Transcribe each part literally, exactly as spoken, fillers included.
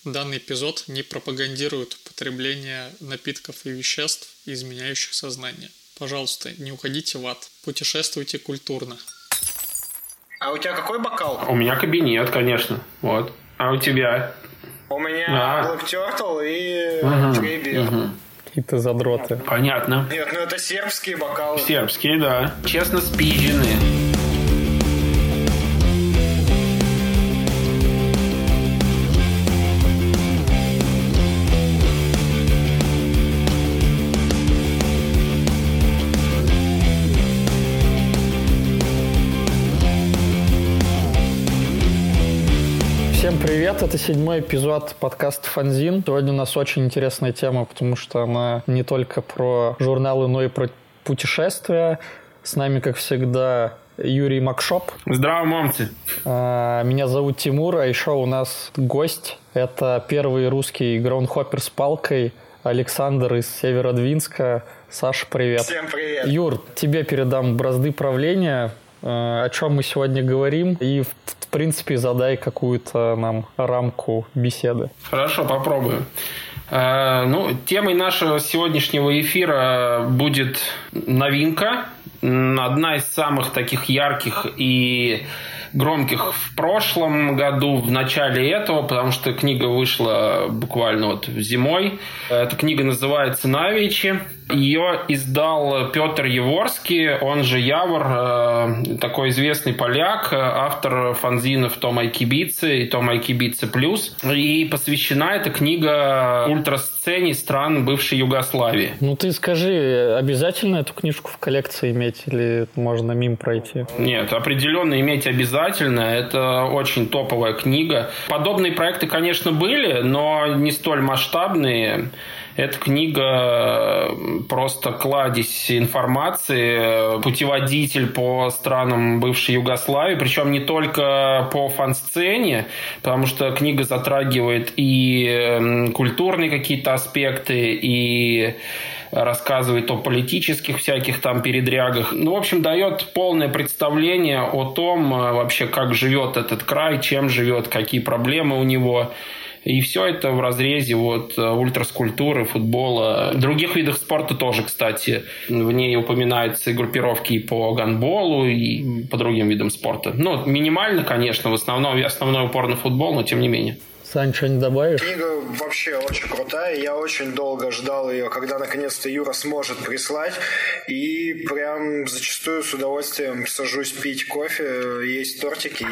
Данный эпизод не пропагандирует употребление напитков и веществ, изменяющих сознание. Пожалуйста, не уходите в ад. Путешествуйте культурно. А у тебя какой бокал? У меня кабинет, конечно. Вот. А у тебя? У меня А. Black Turtle и Угу, Трейбир. угу. Какие-то задроты. Понятно. Нет, ну это сербские бокалы. Сербские, да. Честно спизженные. Всем привет, это седьмой эпизод подкаста «Фанзин». Сегодня у нас очень интересная тема, потому что она не только про журналы, но и про путешествия. С нами, как всегда, Юрий Макшоп. Здраво, мамцы. Меня зовут Тимур, а еще у нас гость. Это первый русский граундхоппер с палкой Александр из Северодвинска. Саша, привет. Всем привет. Юр, тебе передам бразды правления. О чем мы сегодня говорим, и в принципе задай какую-то нам рамку беседы. Хорошо, попробую. Ну, темой нашего сегодняшнего эфира будет новинка. Одна из самых таких ярких и громких в прошлом году, в начале этого, потому что книга вышла буквально вот зимой. Эта книга называется «Навичи». Ее издал Петр Яворский, он же Явор, такой известный поляк, автор фанзинов «Том Айкибице» и «Том Айкибице плюс». И посвящена эта книга ультрасцене стран бывшей Югославии. Ну ты скажи, обязательно эту книжку в коллекции иметь или можно мимо пройти? Нет, определенно иметь обязательно. Это очень топовая книга. Подобные проекты, конечно, были, но не столь масштабные. Эта книга просто кладезь информации, путеводитель по странам бывшей Югославии, причем не только по фан-сцене, потому что книга затрагивает и культурные какие-то аспекты, и рассказывает о политических всяких там передрягах. Ну, в общем, дает полное представление о том, вообще, как живет этот край, чем живет, какие проблемы у него. И все это в разрезе вот ультраскультуры, футбола. В других видах спорта тоже, кстати. В ней упоминаются и группировки и по гандболу, и по другим видам спорта. Ну, минимально, конечно, в основном основной упор на футбол, но тем не менее. Сань, что-нибудь добавишь? Книга вообще очень крутая. Я очень долго ждал ее, когда наконец-то Юра сможет прислать. И прям зачастую с удовольствием сажусь пить кофе, есть тортики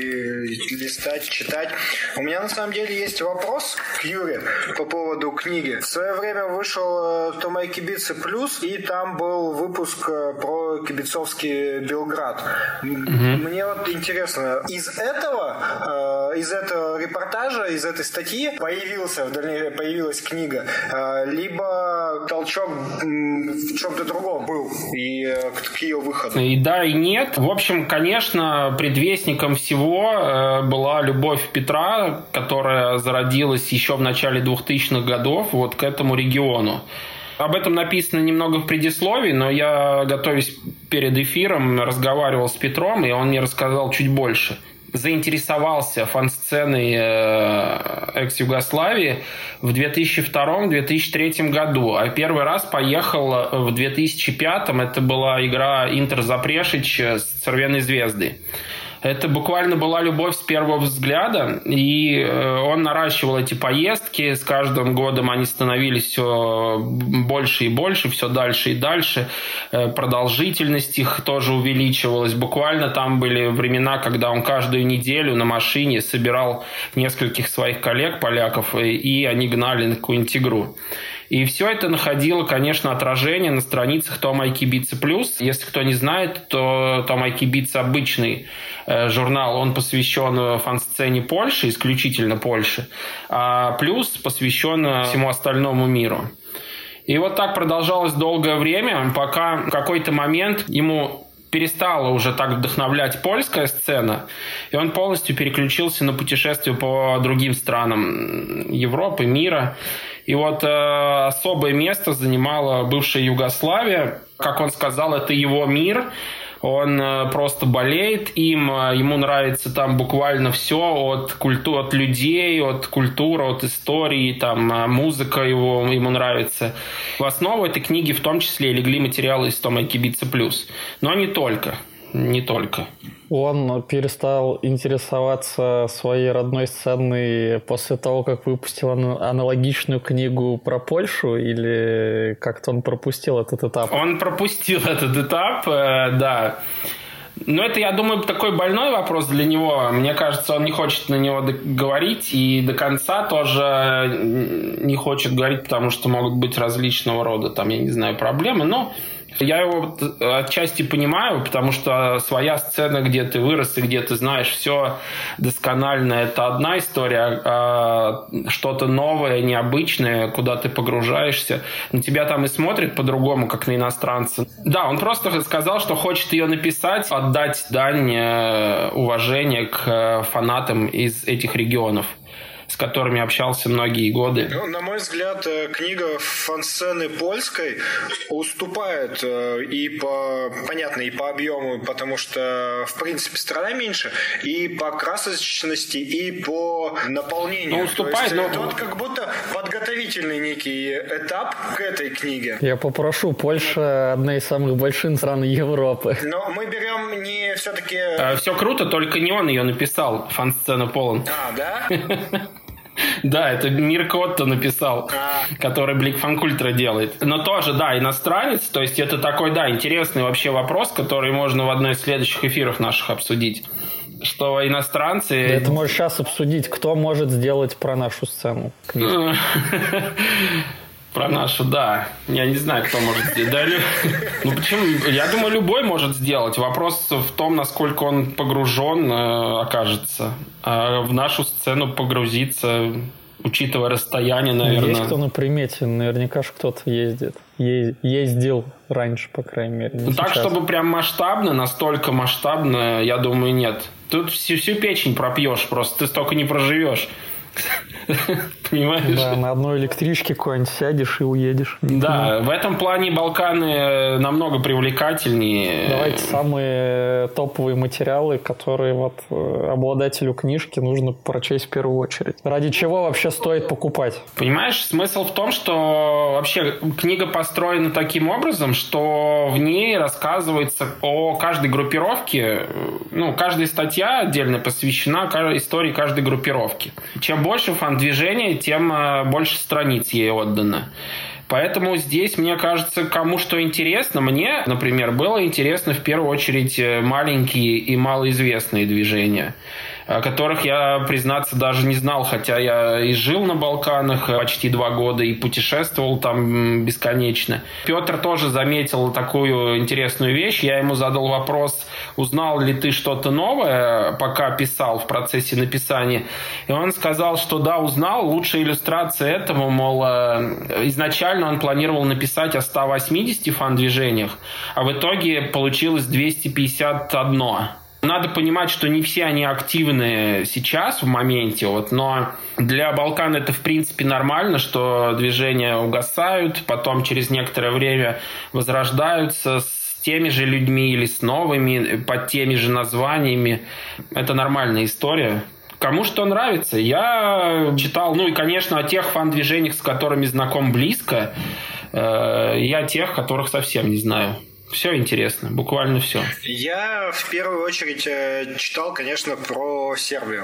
и листать, читать. У меня на самом деле есть вопрос к Юре по поводу книги. В свое время вышел «Том Айкибице плюс», и там был выпуск про кибицовский Белград. Mm-hmm. Мне вот интересно, из этого, из этого репортажа, из этой статьи появился, в дальнейшем появилась книга, либо толчок в чем-то другом был и к ее выходу? И да, и нет. В общем, конечно, предвестником всего была любовь Петра, которая зародилась еще в начале двухтысячных годов вот к этому региону. Об этом написано немного в предисловии, но я, готовясь перед эфиром, разговаривал с Петром, и он мне рассказал чуть больше. Заинтересовался фан-сценой экс-Югославии в две тысячи втором - две тысячи третьем году, а первый раз поехал в две тысячи пятом. Это была игра Интер Запрешич с Цервеной Звездой. Это буквально была любовь с первого взгляда, и он наращивал эти поездки. С каждым годом они становились все больше и больше, все дальше и дальше. Продолжительность их тоже увеличивалась. Буквально там были времена, когда он каждую неделю на машине собирал нескольких своих коллег, поляков, и они гнали на какую-нибудь игру. И все это находило, конечно, отражение на страницах Том Айкибице плюс. Если кто не знает, то Том Айкибице обычный э, журнал, он посвящен фан-сцене Польши, исключительно Польши, а плюс посвящен всему остальному миру. И вот так продолжалось долгое время, пока в какой-то момент ему перестала уже так вдохновлять польская сцена, и он полностью переключился на путешествия по другим странам Европы, мира. И вот э, особое место занимала бывшая Югославия. Как он сказал, это его мир. Он просто болеет им, ему нравится там буквально все от культуры, от людей, от культуры, от истории, там музыка его, ему нравится. В основу этой книги в том числе легли материалы из Тома Кибица Плюс. Но не только. Не только. Он перестал интересоваться своей родной сценой после того, как выпустил аналогичную книгу про Польшу, или как-то он пропустил этот этап? Он пропустил этот этап, да. Но это, я думаю, такой больной вопрос для него. Мне кажется, он не хочет на него говорить, и до конца тоже не хочет говорить, потому что могут быть различного рода, там, я не знаю, проблемы. Но я его отчасти понимаю, потому что своя сцена, где ты вырос и где ты знаешь все досконально, это одна история, а что-то новое, необычное, куда ты погружаешься, на тебя там и смотрят по-другому, как на иностранца. Да, он просто сказал, что хочет ее написать, отдать дань уважения к фанатам из этих регионов, с которыми общался многие годы. Ну, на мой взгляд, книга фан-сцены польской уступает и по, понятно, и по объему, потому что, в принципе, страна меньше, и по красочности, и по наполнению. Ну, уступает, То есть, но... это вот как будто подготовительный некий этап к этой книге. Я попрошу, Польша одна из самых больших стран Европы. Но мы берем не все-таки... Все круто, только не он ее написал, фан-сцена Полон. А, да? Да, это Мирко Отто написал, а. который Бликфанкультра делает. Но тоже, да, иностранец, то есть это такой, да, интересный вообще вопрос, который можно в одной из следующих эфиров наших обсудить. Что иностранцы... Да, это можешь сейчас обсудить, кто может сделать про нашу сцену книжку. Про нашу, да. Я не знаю, кто может сделать. Да, ну почему? Я думаю, любой может сделать. Вопрос в том, насколько он погружен э, окажется. А в нашу сцену погрузиться, учитывая расстояние, наверное. Есть кто на примете, наверняка же кто-то ездит. Е- ездил раньше, по крайней мере. Ну, так, чтобы прям масштабно, настолько масштабно, я думаю, нет. Тут всю, всю печень пропьешь, просто ты столько не проживешь. Понимаешь? Да, на одной электричке куда-нибудь сядешь и уедешь. Да, в этом плане Балканы намного привлекательнее. Давайте самые топовые материалы, которые вот обладателю книжки нужно прочесть в первую очередь. Ради чего вообще стоит покупать? Понимаешь, смысл в том, что вообще книга построена таким образом, что в ней рассказывается о каждой группировке. Ну, каждая статья отдельно посвящена истории каждой группировки. Чем больше фан-движения, тем больше страниц ей отдано. Поэтому здесь, мне кажется, кому что интересно. Мне, например, было интересно в первую очередь маленькие и малоизвестные движения, о которых я, признаться, даже не знал, хотя я и жил на Балканах почти два года и путешествовал там бесконечно. Петр тоже заметил такую интересную вещь. Я ему задал вопрос, узнал ли ты что-то новое, пока писал в процессе написания. И он сказал, что да, узнал. Лучшая иллюстрация этому, мол, изначально он планировал написать о ста восьмидесяти фан-движениях, а в итоге получилось двести пятьдесят один. Надо понимать, что не все они активны сейчас, в моменте, вот, но для Балкан это, в принципе, нормально, что движения угасают, потом через некоторое время возрождаются с теми же людьми или с новыми, под теми же названиями. Это нормальная история. Кому что нравится. Я читал, ну и, конечно, о тех фан-движениях, с которыми знаком близко, э, и о тех, которых совсем не знаю. Все интересно, буквально все. Я в первую очередь читал, конечно, про Сербию.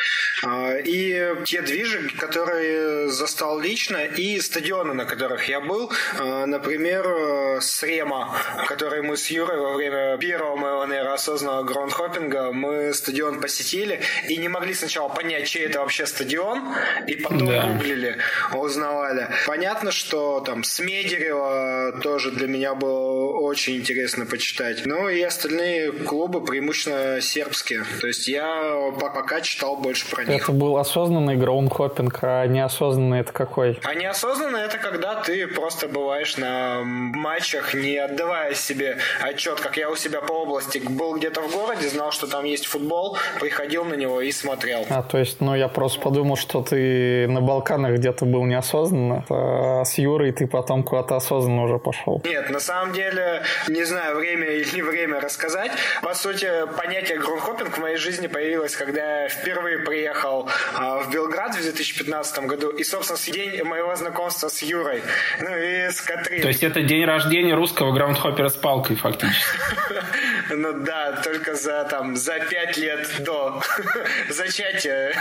И те движи, которые застал лично, и стадионы, на которых я был. Например, Срема, который мы с Юрой во время первого моего, наверное, осознанного граундхоппинга, мы стадион посетили и не могли сначала понять, чей это вообще стадион, и потом да. гуглили, узнавали. Понятно, что там Смедерево тоже для меня было очень интересно почитать. Ну и остальные клубы преимущественно сербские. То есть я пока читал больше про них. Это был осознанный граундхоппинг, а неосознанный это какой? А неосознанный это когда ты просто бываешь на матче матчах, не отдавая себе отчет, как я у себя по области был где-то в городе, знал, что там есть футбол, приходил на него и смотрел. А, то есть, ну, я просто подумал, что ты на Балканах где-то был неосознанно, а с Юрой ты потом куда-то осознанно уже пошел. Нет, на самом деле, не знаю, время или не время рассказать. По сути, понятие грундхоппинг в моей жизни появилось, когда я впервые приехал а, в Белград в две тысячи пятнадцатом году, и, собственно, с день моего знакомства с Юрой, ну и с Катрин. То есть это день рождения русского граундхоппера с палкой, фактически. Ну да, только за там за пять лет до зачатия.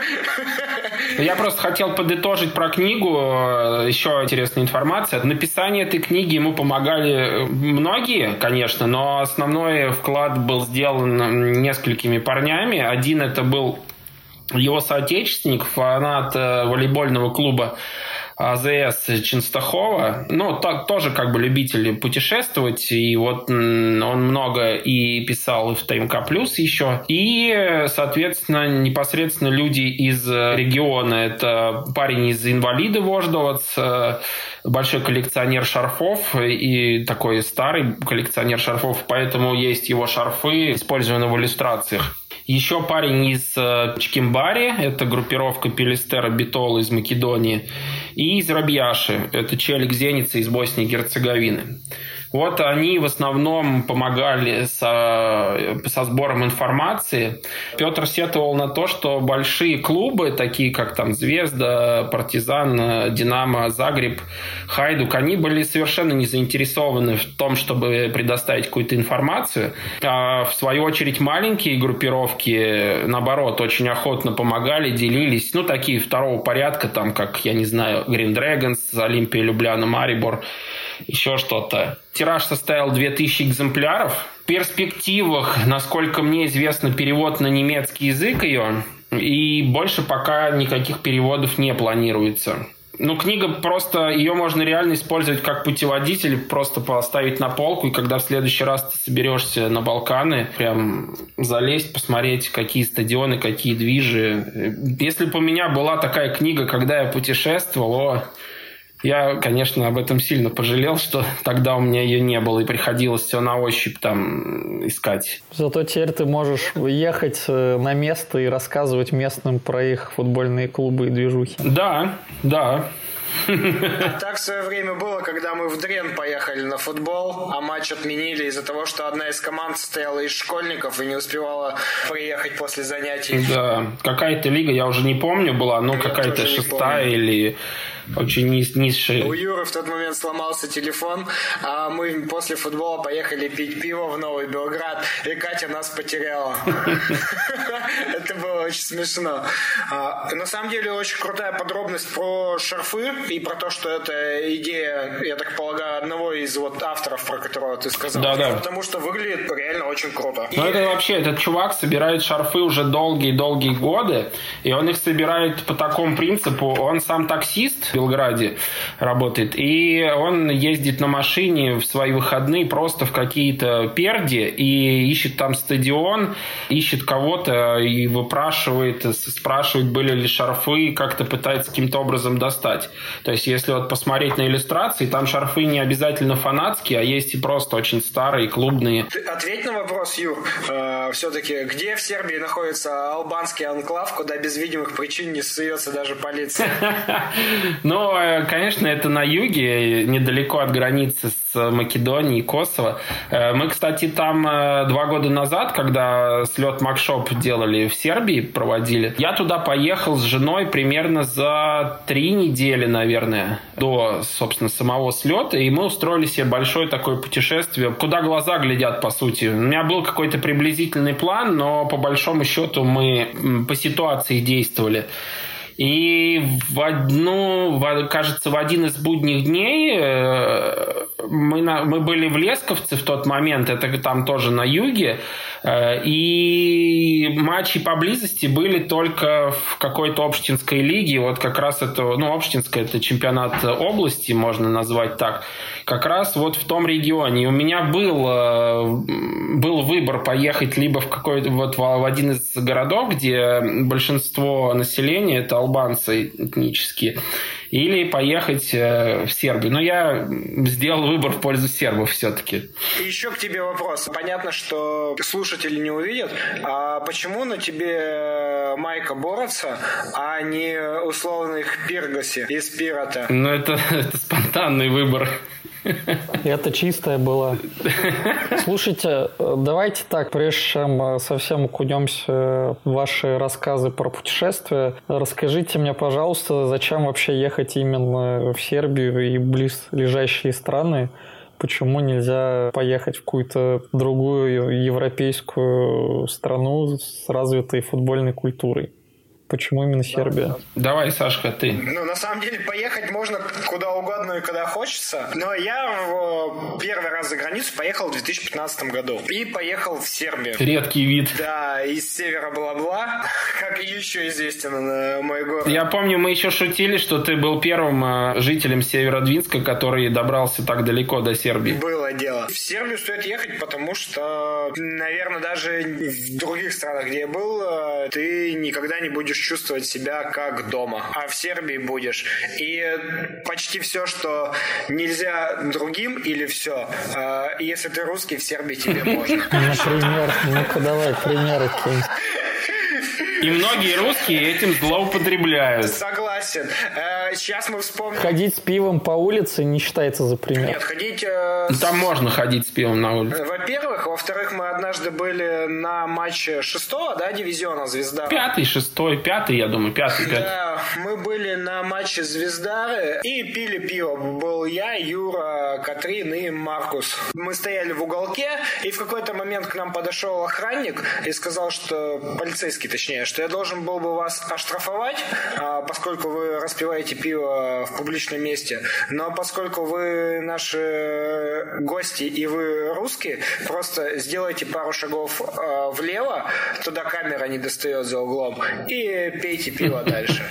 Я просто хотел подытожить про книгу. Еще интересная информация. Написание этой книги ему помогали многие, конечно, но основной вклад был сделан несколькими парнями. Один это был его соотечественник, фанат волейбольного клуба АЗС Ченстахова, ну, то, тоже как бы любитель путешествовать, и вот он много и писал и в ТМК Плюс еще, и, соответственно, непосредственно люди из региона, это парень из Инвалиды Вождовац, большой коллекционер шарфов и такой старый коллекционер шарфов, поэтому есть его шарфы, использованные в иллюстрациях. Еще парень из Чкимбари, это группировка Пелистера Битола из Македонии, и из Рабьяши, это Челик Зеница из Боснии и Герцеговины. Вот они в основном помогали со, со сбором информации. Петр сетовал на то, что большие клубы, такие как там Звезда, Партизан, Динамо, Загреб, Хайдук, они были совершенно не заинтересованы в том, чтобы предоставить какую-то информацию. А в свою очередь маленькие группировки, наоборот, очень охотно помогали, делились. Ну, такие второго порядка, там, как, я не знаю, Green Dragons, Олимпия, Любляна, Марибор, еще что-то. Тираж составил две тысячи экземпляров. В перспективах, насколько мне известно, перевод на немецкий язык ее. И больше пока никаких переводов не планируется. Ну, книга просто, ее можно реально использовать как путеводитель, просто поставить на полку, и когда в следующий раз ты соберешься на Балканы, прям залезть, посмотреть, какие стадионы, какие движи. Если бы у меня была такая книга, когда я путешествовал, о, я, конечно, об этом сильно пожалел, что тогда у меня ее не было, и приходилось все на ощупь там искать. Зато теперь ты можешь ехать на место и рассказывать местным про их футбольные клубы и движухи. Да, да. А так в свое время было, когда мы в Дрен поехали на футбол, а матч отменили из-за того, что одна из команд состояла из школьников и не успевала приехать после занятий. Да, какая-то лига, я уже не помню, была, ну, какая-то шестая или очень низ, низшая. У Юры в тот момент сломался телефон, а мы после футбола поехали пить пиво в Новый Белград, и Катя нас потеряла. Это было очень смешно. На самом деле, очень крутая подробность про шарфы и про то, что это идея, я так полагаю, одного из вот авторов, про которого ты сказал. Да, да. Потому что выглядит реально очень круто. Ну, это вообще, этот чувак собирает шарфы уже долгие-долгие годы, и он их собирает по такому принципу. Он сам таксист в Белграде работает, и он ездит на машине в свои выходные просто в какие-то перди и ищет там стадион, ищет кого-то и выпрашивает, спрашивает, были ли шарфы, как-то пытается каким-то образом достать. То есть, если вот посмотреть на иллюстрации, там шарфы не обязательно фанатские, а есть и просто очень старые, клубные. Ответь на вопрос, Юр. Э, все-таки, где в Сербии находится албанский анклав, куда без видимых причин не суется даже полиция? Ну, конечно, это на юге, недалеко от границы с Македонией и Косово. Мы, кстати, там два года назад, когда слет Макшоп делали в Сербии, проводили, я туда поехал с женой примерно за три недели, наверное, до, собственно, самого слета, и мы устроили себе большое такое путешествие, куда глаза глядят, по сути. У меня был какой-то приблизительный план, но по большому счету мы по ситуации действовали. И в одну, в, кажется, в один из будних дней мы, на, мы были в Лесковце в тот момент, это там тоже на юге, и матчи поблизости были только в какой-то общинской лиге, вот как раз это, ну, общинская, это чемпионат области, можно назвать так, как раз вот в том регионе. И у меня был, был выбор поехать либо в какой-то, вот в один из городов, где большинство населения это албанцы этнические, или поехать в Сербию. Но я сделал выбор в пользу сербов все-таки. И еще к тебе вопрос. Понятно, что слушатели не увидят. А почему на тебе майка Бороться, а не условных Пиргаси из Пирота? Ну, это, это спонтанный выбор. Это чистая была. Слушайте, давайте так, прежде чем совсем окунемся в ваши рассказы про путешествия, расскажите мне, пожалуйста, зачем вообще ехать именно в Сербию и близлежащие страны? Почему нельзя поехать в какую-то другую европейскую страну с развитой футбольной культурой? Почему именно Сербия? Давай, Сашка, ты. Ну, на самом деле, поехать можно куда угодно и когда хочется. Но я в первый раз за границу поехал в две тысячи пятнадцатом году. И поехал в Сербию. Редкий вид. Да, из севера бла-бла, как еще известен мой город. Я помню, мы еще шутили, что ты был первым жителем Северодвинска, который добрался так далеко до Сербии. Было дело. В Сербию стоит ехать, потому что, наверное, даже в других странах, где я был, ты никогда не будешь чувствовать себя как дома, а в Сербии будешь. И почти все, что нельзя другим или все, если ты русский, в Сербии тебе можно. Например, ну-ка давай примеры кинь. И многие русские этим злоупотребляют. Согласен. Сейчас мы вспомним. Ходить с пивом по улице не считается за пример. Нет, ходить... Э, Там с... можно ходить с пивом на улице. Во-первых. Во-вторых, мы однажды были на матче шестого, да, дивизиона «Звезда». Пятый, шестой, пятый, я думаю, пятый, пятый. Да, мы были на матче «Звездары» и пили пиво. Был я, Юра, Катрин и Маркус. Мы стояли в уголке, и в какой-то момент к нам подошел охранник и сказал, что... Полицейский, точнее, что я должен был бы вас оштрафовать, поскольку вы распиваете пиво в публичном месте. Но поскольку вы наши гости и вы русские, просто сделайте пару шагов влево, туда камера не достает за углом, и пейте пиво дальше.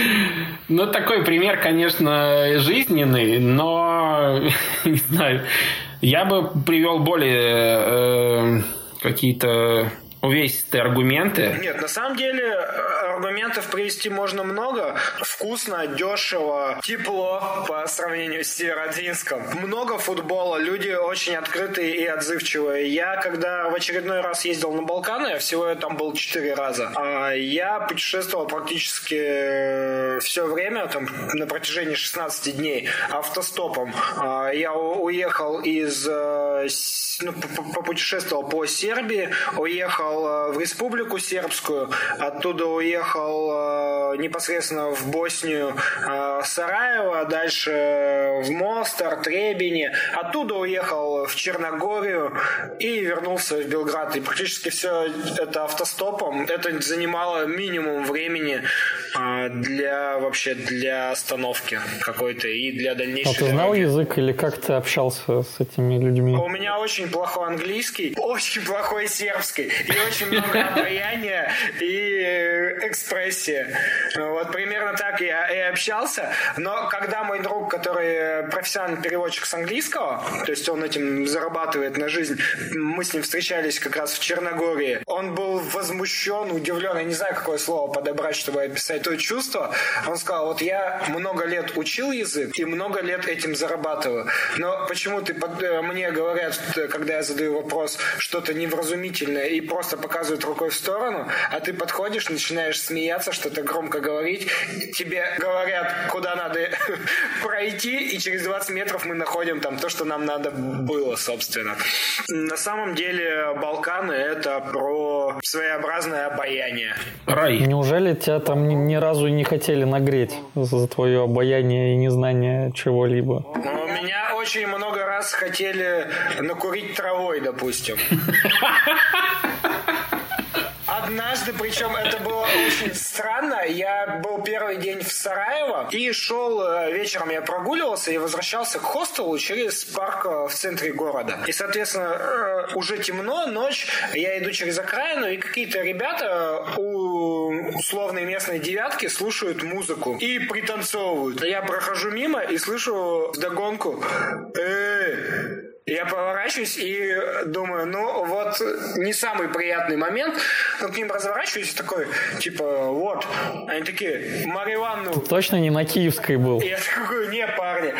Ну, такой пример, конечно, жизненный, но, не знаю, я бы привел более э, какие-то... увесистые аргументы. Нет, на самом деле аргументов привести можно много. Вкусно, дешево, тепло по сравнению с Северодвинском. Много футбола, люди очень открытые и отзывчивые. Я, когда в очередной раз ездил на Балканы, всего я там был четыре раза, я путешествовал практически все время, там, на протяжении шестнадцати дней, автостопом. Я уехал из... Ну, попутешествовал по Сербии, уехал в Республику Сербскую, оттуда уехал непосредственно в Боснию, Сараево, дальше в Мостар, Требине, оттуда уехал в Черногорию и вернулся в Белград. И практически все это автостопом. Это занимало минимум времени для вообще для остановки какой-то и для дальнейшей. А ты знал дороги. Язык или как ты общался с этими людьми? У меня очень плохой английский, очень плохой сербский и очень много обаяния и экспрессии. Вот примерно так я и общался. Но когда мой друг, который профессиональный переводчик с английского, то есть он этим зарабатывает на жизнь, мы с ним встречались как раз в Черногории, он был возмущен, удивлен, я не знаю, какое слово подобрать, чтобы описать то чувство. Он сказал, вот я много лет учил язык и много лет этим зарабатываю. Но почему ты под... мне говорят, когда я задаю вопрос, что-то невразумительное и просто показывают рукой в сторону, а ты подходишь, начинаешь смеяться, что-то громко говорить, тебе говорят, куда надо пройти, и через двадцать метров мы находим там то, что нам надо было, собственно. На самом деле Балканы — это про своеобразное обаяние. Рай. Неужели тебя там ни, ни разу не хотели нагреть за твое обаяние и незнание чего-либо? Ну, меня очень много раз хотели накурить травой, допустим. Однажды, причем это было очень странно, я был первый день в Сараево и шел вечером, я прогуливался и возвращался к хостелу через парк в центре города. И, соответственно, уже темно, ночь, я иду через окраину, и какие-то ребята у условной местной девятки слушают музыку и пританцовывают. Я прохожу мимо и слышу вдогонку: «Эй, Я поворачиваюсь и думаю, ну вот не самый приятный момент. Но к ним разворачиваюсь и такой, типа, вот. Они такие, Марью Ивановну. Ты точно не на Киевской был? Я такой, не, парни.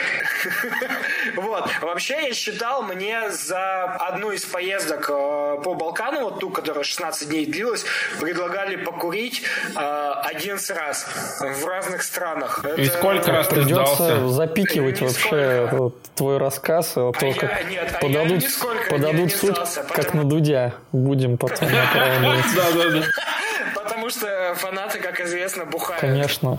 Вот. Вообще я считал, мне за одну из поездок по Балкану, вот ту, которая шестнадцать дней длилась, предлагали покурить одиннадцать раз в разных странах. И сколько раз ты сдался? Придется запикивать вообще твой рассказ, а то как подадут, подадут суд, как на Дудя. Будем потом направлять. Да-да-да. Потому что фанаты, как известно, бухают. Конечно.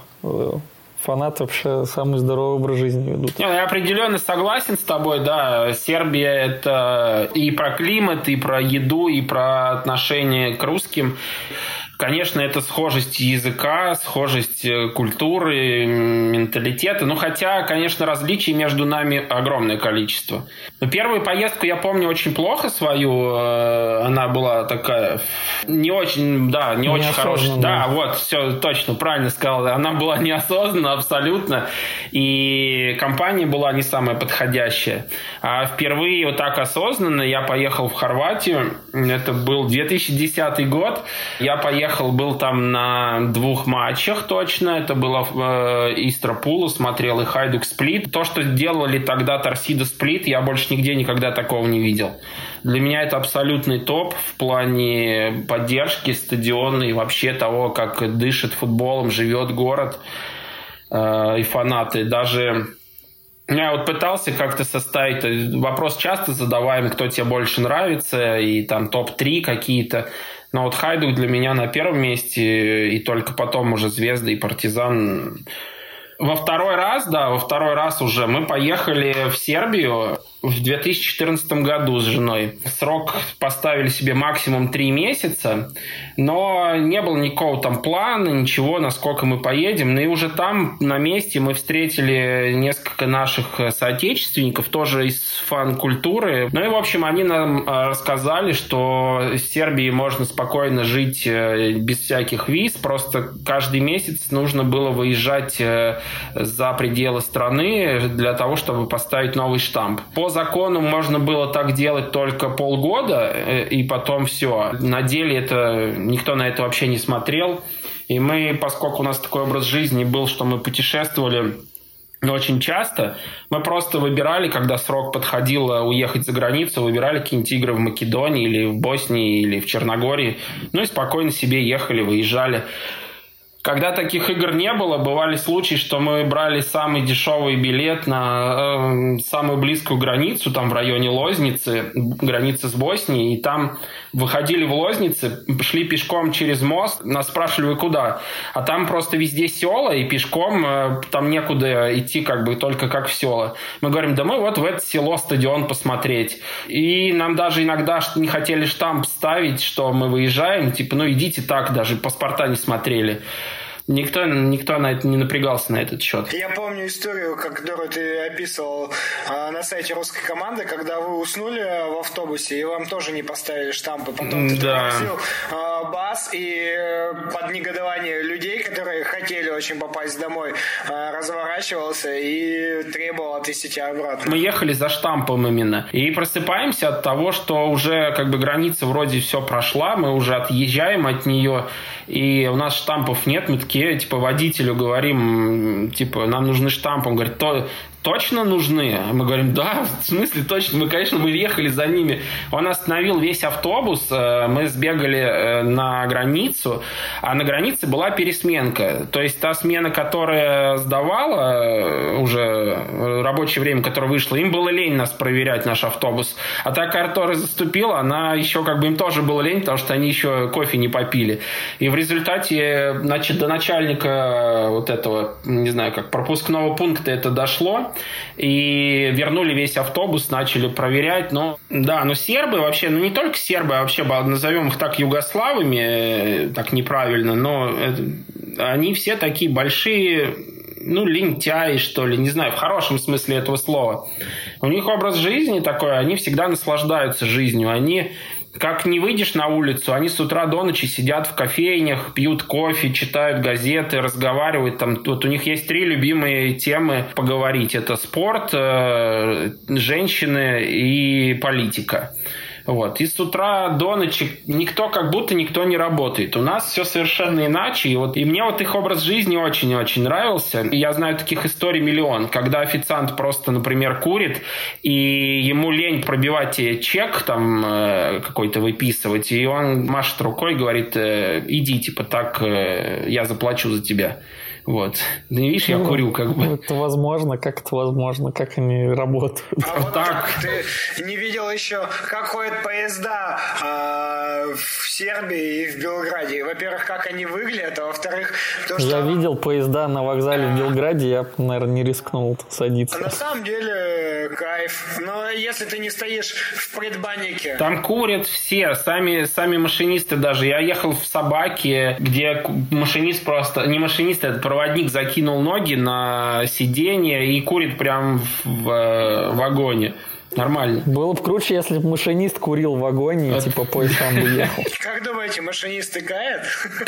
Фанаты вообще самый здоровый образ жизни ведут. Не, я определенно согласен с тобой, да. Сербия – это и про климат, и про еду, и про отношение к русским. Конечно, это схожесть языка, схожесть культуры, менталитета. Ну, хотя, конечно, различий между нами огромное количество. Но первую поездку я помню очень плохо свою. Она была такая не очень, да, не, не очень хорошая. Да, вот, все точно, правильно сказал. Она была неосознанна абсолютно. И компания была не самая подходящая. А впервые вот так осознанно я поехал в Хорватию. Это был две тысячи десятый год. Я поехал был там на двух матчах точно. Это было э, Истра Пулу, смотрел и Хайдук Сплит. То, что делали тогда Торсидо Сплит, я больше нигде никогда такого не видел. Для меня это абсолютный топ в плане поддержки стадиона и вообще того, как дышит футболом, живет город э, и фанаты. Даже я вот пытался как-то составить вопрос часто задаваемый, кто тебе больше нравится, и там топ три какие-то. Но вот Хайдук для меня на первом месте, и только потом уже Звезда и Партизан. Во второй раз, да, во второй раз уже мы поехали в Сербию в две тысячи четырнадцатом году с женой. Срок поставили себе максимум три месяца, но не было никакого там плана, ничего, насколько мы поедем. Ну и уже там на месте мы встретили несколько наших соотечественников, тоже из фан-культуры. Ну и, в общем, они нам рассказали, что в Сербии можно спокойно жить без всяких виз, просто каждый месяц нужно было выезжать за пределы страны для того, чтобы поставить новый штамп. По закону можно было так делать только полгода, и потом все. На деле это никто на это вообще не смотрел. И мы, поскольку у нас такой образ жизни был, что мы путешествовали очень часто, мы просто выбирали, когда срок подходил уехать за границу, выбирали какие-нибудь игры в Македонии или в Боснии или в Черногории, ну и спокойно себе ехали, выезжали. Когда таких игр не было, бывали случаи, что мы брали самый дешевый билет на э, самую близкую границу, там в районе Лозницы, границы с Боснией, и там выходили в Лознице, шли пешком через мост, нас спрашивали, вы куда? А там просто везде села, и пешком э, там некуда идти, как бы только как в села. Мы говорим, да мы вот в это село стадион посмотреть. И нам даже иногда не хотели штамп ставить, что мы выезжаем, типа, ну идите так, даже паспорта не смотрели. Никто, никто на это не напрягался на этот счет. Я помню историю, которую ты описывал э, на сайте русской команды, когда вы уснули в автобусе, и вам тоже не поставили штампы. Потом ты да. попросил э, бас, и э, под негодование людей, которые хотели очень попасть домой, э, разворачивался и требовал отвезти тебя обратно. Мы ехали за штампом именно. И просыпаемся от того, что уже как бы граница вроде все прошла, мы уже отъезжаем от нее, и у нас штампов нет, мы такие, типа, водителю говорим, типа, нам нужны штампы. Он говорит, то точно нужны? Мы говорим, да, в смысле точно? Мы, конечно, мы ехали за ними. Он остановил весь автобус, мы сбегали на границу, а на границе была пересменка. То есть та смена, которая сдавала уже рабочее время, которое вышло, им было лень нас проверять, наш автобус. А та, которая заступила, она еще как бы им тоже было лень, потому что они еще кофе не попили. И в результате, значит, до начальника вот этого, не знаю, как пропускного пункта это дошло, и вернули весь автобус, начали проверять. Но да, но сербы вообще, ну не только сербы, а вообще назовем их так югославами, так неправильно, но это, они все такие большие, ну, лентяи, что ли, не знаю, в хорошем смысле этого слова. У них образ жизни такой, они всегда наслаждаются жизнью, они Как не выйдешь на улицу, они с утра до ночи сидят в кофейнях, пьют кофе, читают газеты, разговаривают. Там, вот у них есть три любимые темы поговорить. Это спорт, женщины и политика. Вот. И с утра до ночи никто, как будто никто не работает. У нас все совершенно иначе. И, вот, и мне вот их образ жизни очень-очень нравился. И я знаю таких историй миллион. Когда официант просто, например, курит, и ему лень пробивать чек там э, какой-то выписывать, и он машет рукой и говорит: э, иди, типа, так э, я заплачу за тебя. Вот. Да не видишь, я ну, курю как бы. Это возможно, как это возможно, как они работают. А вот так. Ты не видел еще, как ходят поезда э, в Сербии и в Белграде? Во-первых, как они выглядят, а во-вторых... То, что... Я видел поезда на вокзале в Белграде, я, наверное, не рискнул садиться. На самом деле, кайф. Но если ты не стоишь в предбаннике... Там курят все, сами, сами машинисты даже. Я ехал в Собаке, где машинист просто... Не машинист, это проводник закинул ноги на сиденье и курит прямо в, в вагоне. Нормально. Было бы круче, если бы машинист курил в вагоне, и типа поезд сам бы ехал. Как думаете, машинист икает?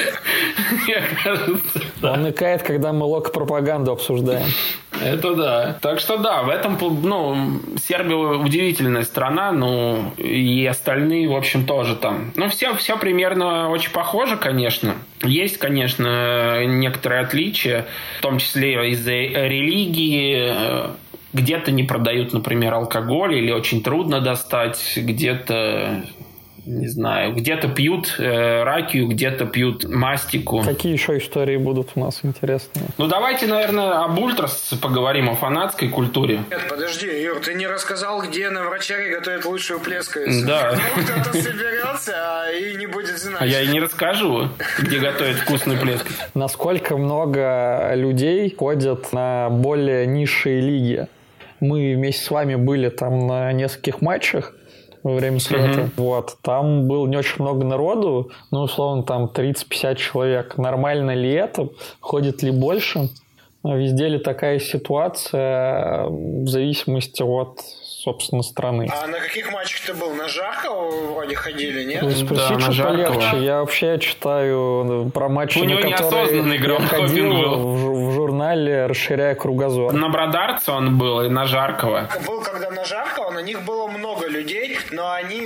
Он икает, когда мы лок-пропаганду обсуждаем. Это да. Так что да, в этом, ну, Сербия удивительная страна, ну, и остальные, в общем, тоже там. Ну, все, все примерно очень похоже, конечно. Есть, конечно, некоторые отличия, в том числе из-за религии. Где-то не продают, например, алкоголь, или очень трудно достать, где-то... Не знаю, где-то пьют э, ракию, где-то пьют мастику. Какие еще истории будут у нас интересные? Ну, давайте, наверное, об ультрас поговорим, о фанатской культуре. Нет, подожди, Юр, ты не рассказал, где на врачаре готовят лучшую плескавицу. Да. Ну, кто-то соберется и не будет знать. А я и не расскажу, где готовят вкусную плескавицу. Насколько много людей ходят на более низшие лиги. Мы вместе с вами были там на нескольких матчах во время слета. Uh-huh. Вот. Там было не очень много народу, ну, условно, там тридцать-пятьдесят человек. Нормально ли это? Ходит ли больше? Везде ли такая ситуация в зависимости от, собственно, страны. А на каких матчах ты был? На Жаркова вроде ходили, нет? Спроси, да, что полегче. Я вообще читаю про матчи, у на которые я ходил в, в журнале «Расширяя кругозор». На Бродарце он был и на Жаркова. Был, когда на Жаркова, на них было много людей, но они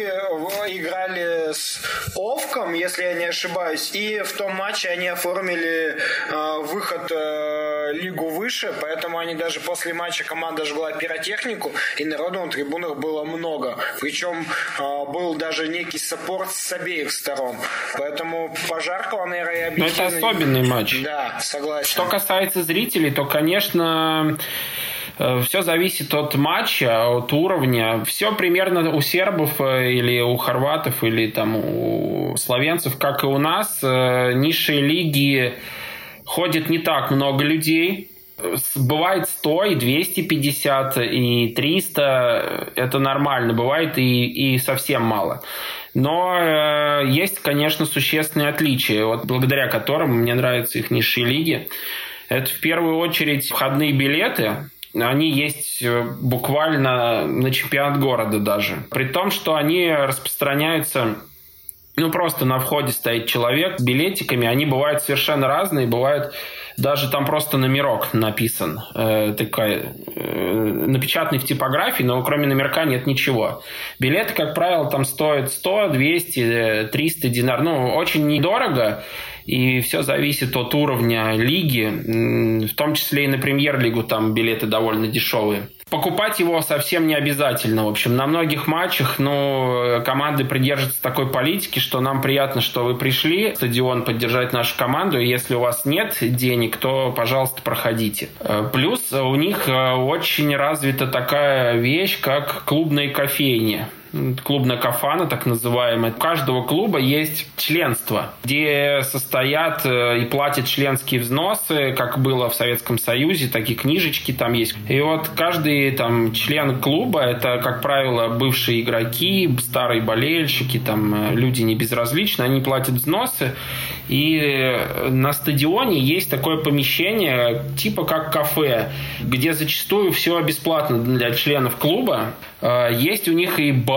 играли с Овком, если я не ошибаюсь, и в том матче они оформили э, выход э, лигу выше, поэтому они даже после матча команда жгла пиротехнику, и народу на трибунах было много. Причем э, был даже некий саппорт с обеих сторон. Поэтому по Жаркова, наверное, и объективно... Но это особенный матч. Да, согласен. Что касается зрителей, то, конечно... Все зависит от матча, от уровня. Все примерно у сербов или у хорватов, или там у словенцев, как и у нас. Низшие лиги ходит не так много людей. Бывает сто, и двести пятьдесят, и триста. Это нормально. Бывает и, и совсем мало. Но э, есть, конечно, существенные отличия, вот, благодаря которым мне нравятся их низшие лиги. Это в первую очередь входные билеты. Они есть буквально на чемпионат города даже. При том, что они распространяются... Ну, просто на входе стоит человек с билетиками. Они бывают совершенно разные. Бывают даже там просто номерок написан. Э, такая, э, напечатанный в типографии, но кроме номерка нет ничего. Билеты, как правило, там стоят сто, двести, триста динар. Ну, очень недорого. И все зависит от уровня лиги. В том числе и на премьер-лигу там билеты довольно дешевые. Покупать его совсем не обязательно. В общем, на многих матчах, ну, команды придерживаются такой политики, что нам приятно, что вы пришли в стадион поддержать нашу команду, и если у вас нет денег, то, пожалуйста, проходите. Плюс у них очень развита такая вещь, как клубные кофейни. Клубная кафана, так называемая. У каждого клуба есть членство, где состоят и платят членские взносы, как было в Советском Союзе, такие книжечки там есть. И вот каждый там член клуба, это, как правило, бывшие игроки, старые болельщики, там люди не безразличные, они платят взносы. И на стадионе есть такое помещение, типа как кафе, где зачастую все бесплатно для членов клуба. Есть у них и бар,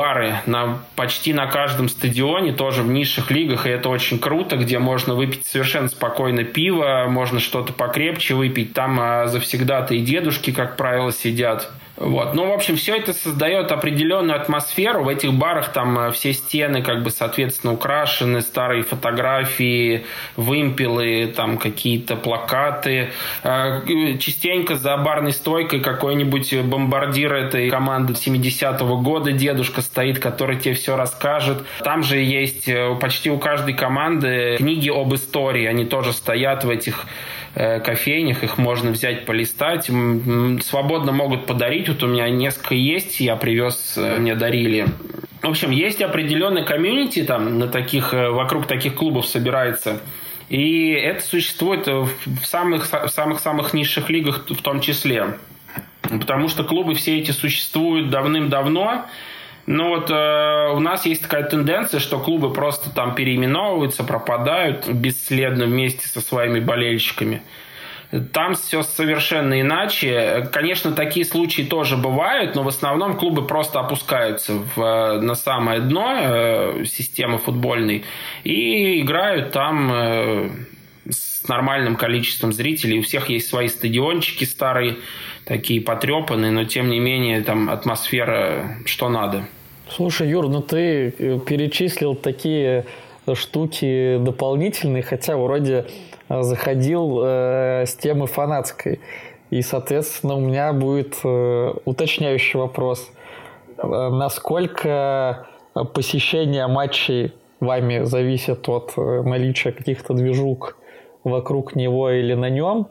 бары на, почти на каждом стадионе, тоже в низших лигах, и это очень круто, где можно выпить совершенно спокойно пиво, можно что-то покрепче выпить. Там а, завсегдаты и дедушки, как правило, сидят. Вот. Ну, в общем, все это создает определенную атмосферу. В этих барах там все стены, как бы, соответственно, украшены, старые фотографии, вымпелы, там какие-то плакаты. Частенько за барной стойкой какой-нибудь бомбардир этой команды семидесятого года дедушка стоит, который тебе все расскажет. Там же есть почти у каждой команды книги об истории. Они тоже стоят в этих кофейнях, их можно взять, полистать. Свободно могут подарить. Вот у меня несколько есть, я привез, мне дарили. В общем, есть определенный комьюнити там на таких, вокруг таких клубов собирается. И это существует в самых, в самых-самых низших лигах в том числе. Потому что клубы все эти существуют давным-давно. Но вот э, у нас есть такая тенденция, что клубы просто там переименовываются, пропадают бесследно вместе со своими болельщиками. Там все совершенно иначе. Конечно, такие случаи тоже бывают, но в основном клубы просто опускаются в, на самое дно э, системы футбольной и играют там э, с нормальным количеством зрителей. У всех есть свои стадиончики старые, такие потрепанные, но тем не менее там атмосфера что надо. Слушай, Юр, ну ты перечислил такие штуки дополнительные, хотя вроде заходил э, с темы фанатской. И, соответственно, у меня будет э, уточняющий вопрос. Э, насколько посещение матчей вами зависит от э, наличия каких-то движук вокруг него или на нем?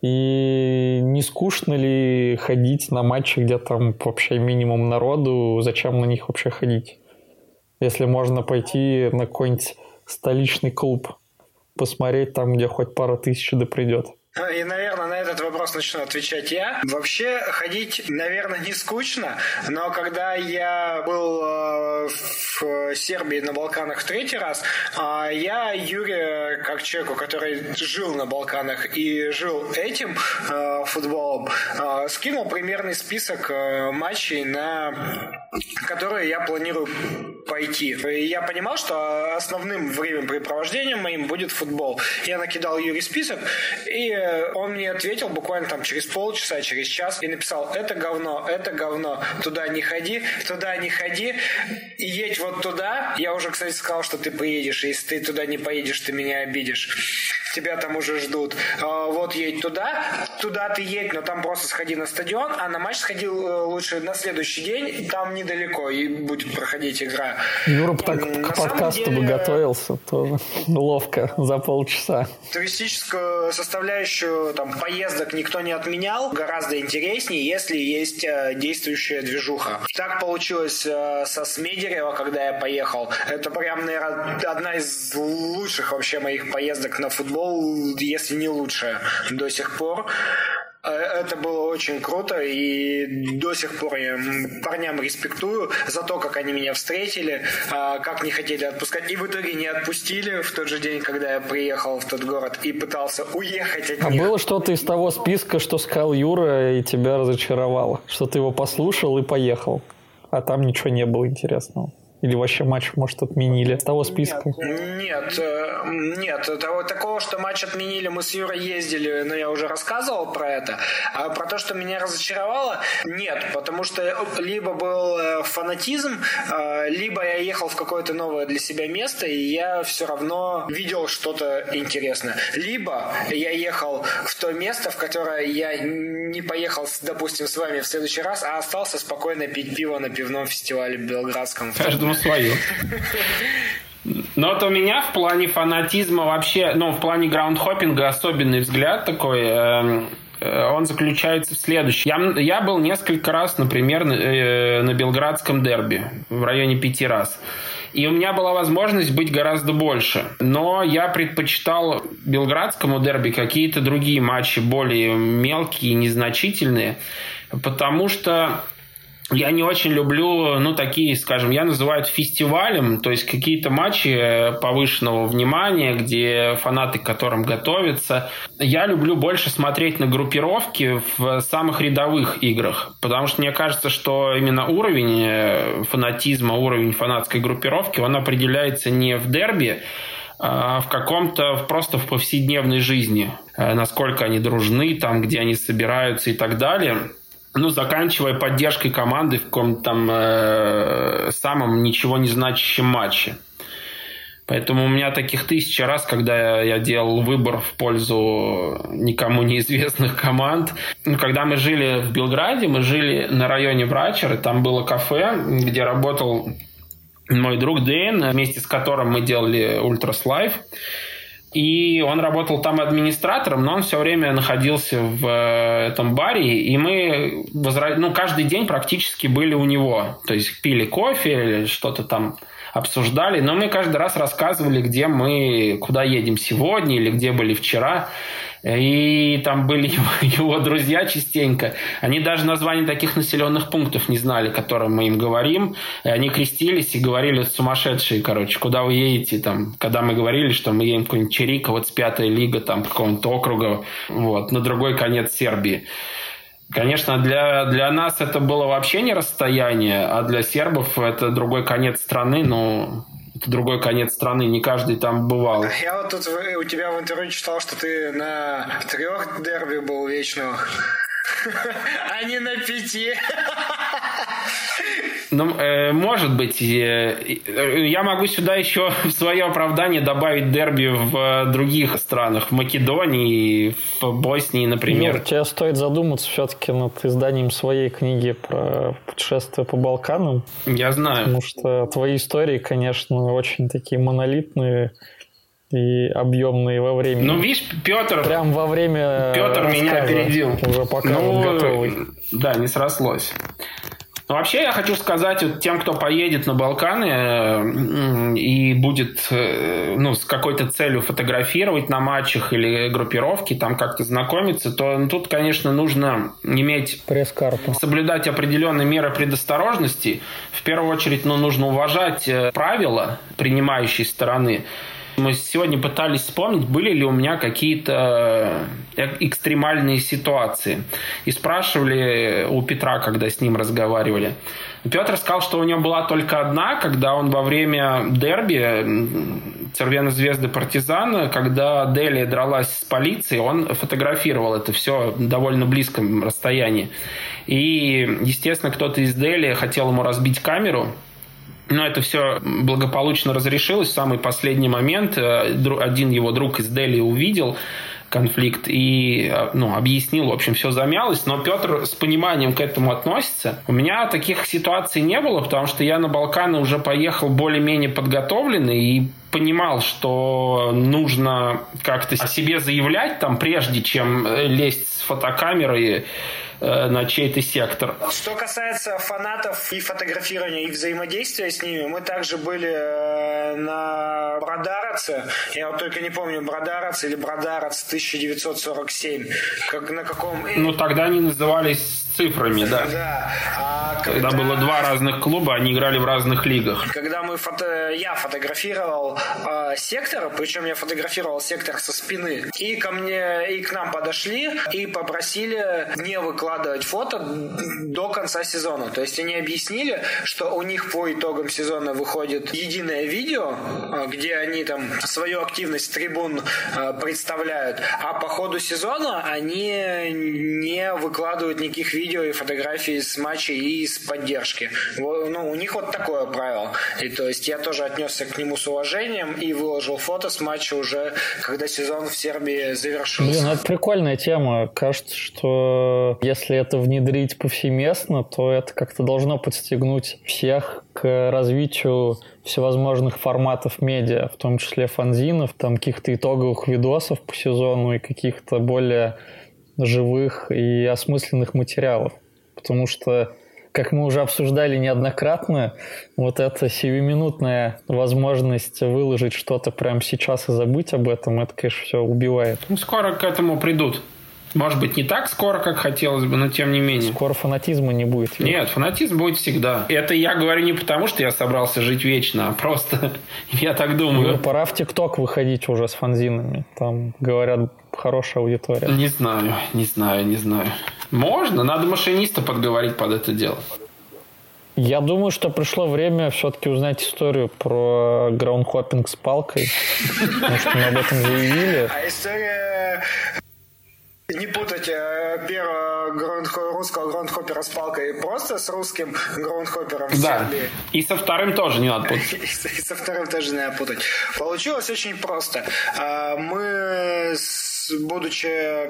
И не скучно ли ходить на матчи, где там вообще минимум народу? Зачем на них вообще ходить? Если можно пойти на какой-нибудь столичный клуб, посмотреть там, где хоть пара тысяч да придет. И, наверное, на этот вопрос начну отвечать я. Вообще, ходить, наверное, не скучно, но когда я был э, в Сербии на Балканах в третий раз, э, я Юре, как человеку, который жил на Балканах и жил этим э, футболом, э, скинул примерный список э, матчей, на которые я планирую пойти. И я понимал, что основным времяпрепровождением моим будет футбол. Я накидал Юре список, и он мне ответил буквально там через полчаса, через час, и написал: это говно, это говно, туда не ходи, туда не ходи, и едь вот туда. Я уже, кстати, сказал, что ты поедешь, и если ты туда не поедешь, ты меня обидишь. Тебя там уже ждут. Вот едь туда, туда ты едь, но там просто сходи на стадион, а на матч сходи лучше на следующий день, там недалеко, и будет проходить игра. Юра так к подкасту бы готовился, тоже ловко, за полчаса. Туристическую составляющую там поездок никто не отменял. Гораздо интереснее, если есть действующая движуха. Так получилось со Смедерева, когда я поехал. Это прям, наверное, одна из лучших вообще моих поездок на футбол, если не лучшая до сих пор. Это было очень круто, и до сих пор я парням респектую за то, как они меня встретили, как не хотели отпускать. И в итоге не отпустили в тот же день, когда я приехал в тот город и пытался уехать от а них. А было что-то из того списка, что сказал Юра, и тебя разочаровало? Что ты его послушал и поехал, а там ничего не было интересного? Или вообще матч, может, отменили с того списка? Нет, нет, того, такого, что матч отменили, мы с Юрой ездили, но я уже рассказывал про это. А про то, что меня разочаровало, нет, потому что либо был фанатизм, либо я ехал в какое-то новое для себя место, и я все равно видел что-то интересное. Либо я ехал в то место, в которое я не поехал, допустим, с вами в следующий раз, а остался спокойно пить пиво на пивном фестивале белградском. Каждому свое. Но вот у меня в плане фанатизма вообще, ну, в плане граундхоппинга особенный взгляд такой, э, он заключается в следующем. Я, я был несколько раз, например, на, э, на белградском дерби, в районе пяти раз. И у меня была возможность быть гораздо больше. Но я предпочитал белградскому дерби какие-то другие матчи, более мелкие, незначительные, потому что Я не очень люблю, ну, такие, скажем, я называю это фестивалем, то есть какие-то матчи повышенного внимания, где фанаты к которым готовятся. Я люблю больше смотреть на группировки в самых рядовых играх, потому что мне кажется, что именно уровень фанатизма, уровень фанатской группировки, он определяется не в дерби, а в каком-то, просто в повседневной жизни. Насколько они дружны, там, где они собираются и так далее. Ну, заканчивая поддержкой команды в каком-то там э, самом ничего не значащем матче. Поэтому у меня таких тысяча раз, когда я делал выбор в пользу никому неизвестных команд. Ну, когда мы жили в Белграде, мы жили на районе Врачер, и там было кафе, где работал мой друг Дэйн, вместе с которым мы делали Ультрас Лайв. И он работал там администратором, но он все время находился в этом баре, и мы возра... ну, каждый день практически были у него. То есть пили кофе или что-то там обсуждали, но мы каждый раз рассказывали, где мы, куда едем сегодня или где были вчера. И там были его, его друзья частенько. Они даже названий таких населенных пунктов не знали, которым мы им говорим. И они крестились и говорили: сумасшедшие, короче, куда вы едете? Там, когда мы говорили, что мы едем в какой-нибудь Чирика, вот с пятой лига, там, какого-нибудь округа, вот, на другой конец Сербии. Конечно, для, для нас это было вообще не расстояние, а для сербов это другой конец страны, но... Это другой конец страны, не каждый там бывал. Я вот тут у тебя в интервью читал, что ты на трех дерби был вечных, а не на пяти. Ну, э, может быть. Э, я могу сюда еще в свое оправдание добавить дерби в других странах. В Македонии, в Боснии, например. Ну, тебе стоит задуматься все-таки над изданием своей книги про путешествие по Балканам. Я знаю. Потому что твои истории, конечно, очень такие монолитные и объемные во времени. Ну, видишь, Петр... Прям во время Петр меня опередил. Уже пока ну, он готовый. Да, не срослось. Но вообще я хочу сказать вот тем, кто поедет на Балканы э, и будет э, ну, с какой-то целью фотографировать на матчах или группировки, там как-то знакомиться, то ну, тут, конечно, нужно иметь... пресс-карту. Соблюдать определенные меры предосторожности. В первую очередь, ну, нужно уважать правила принимающей стороны. Мы сегодня пытались вспомнить, были ли у меня какие-то экстремальные ситуации. И спрашивали у Петра, когда с ним разговаривали. Петр сказал, что у него была только одна, когда он во время дерби Цервена Звезды Партизан, когда Делия дралась с полицией, он фотографировал это все в довольно близком расстоянии. И, естественно, кто-то из Делии хотел ему разбить камеру. Но это все благополучно разрешилось в самый последний момент. Один его друг из Дели увидел конфликт и ну, объяснил, в общем, все замялось. Но Петр с пониманием к этому относится. У меня таких ситуаций не было, потому что я на Балканы уже поехал более-менее подготовленный и понимал, что нужно как-то о себе заявлять там, прежде чем лезть с фотокамерой на чей-то сектор. Что касается фанатов и фотографирования, и взаимодействия с ними, мы также были на Бродараце. Я вот только не помню, Бродарац или Бродарац тысяча девятьсот сорок семь. Как, на каком... Ну, тогда они назывались цифрами, да. Да. А когда... когда было два разных клуба, они играли в разных лигах. Когда мы фото... я фотографировал э, сектор, причем я фотографировал сектор со спины, и ко мне, и к нам подошли и попросили не выкладывать фото до конца сезона. То есть они объяснили, что у них по итогам сезона выходит единое видео, где они там свою активность трибун э, представляют, а по ходу сезона они не выкладывают никаких видео видео и фотографии с матчей и с поддержки. Ну, у них вот такое правило. И то есть я тоже отнесся к нему с уважением и выложил фото с матча уже, когда сезон в Сербии завершился. Блин, это прикольная тема. Кажется, что если это внедрить повсеместно, то это как-то должно подстегнуть всех к развитию всевозможных форматов медиа, в том числе фанзинов, там каких-то итоговых видосов по сезону и каких-то более живых и осмысленных материалов. Потому что, как мы уже обсуждали неоднократно, вот эта сиюминутная возможность выложить что-то прямо сейчас и забыть об этом, это, конечно, все убивает. Ну, скоро к этому придут. Может быть, не так скоро, как хотелось бы, но тем не менее. Скоро фанатизма не будет. Нет, фанатизм будет всегда. Это я говорю не потому, что я собрался жить вечно, а просто я так думаю. Ну, пора в ТикТок выходить уже с фанзинами. Там, говорят, хорошая аудитория. Не знаю, не знаю, не знаю. Можно, надо машиниста подговорить под это дело. Я думаю, что пришло время все-таки узнать историю про граундхоппинг с палкой. Потому что мы об этом заявили. А история... Не путать первого граундхо... русского граундхоппера с палкой просто с русским граундхоппером в да. Сербии. И со вторым тоже не надо путать. И со вторым тоже не надо путать. Получилось очень просто. Мы, будучи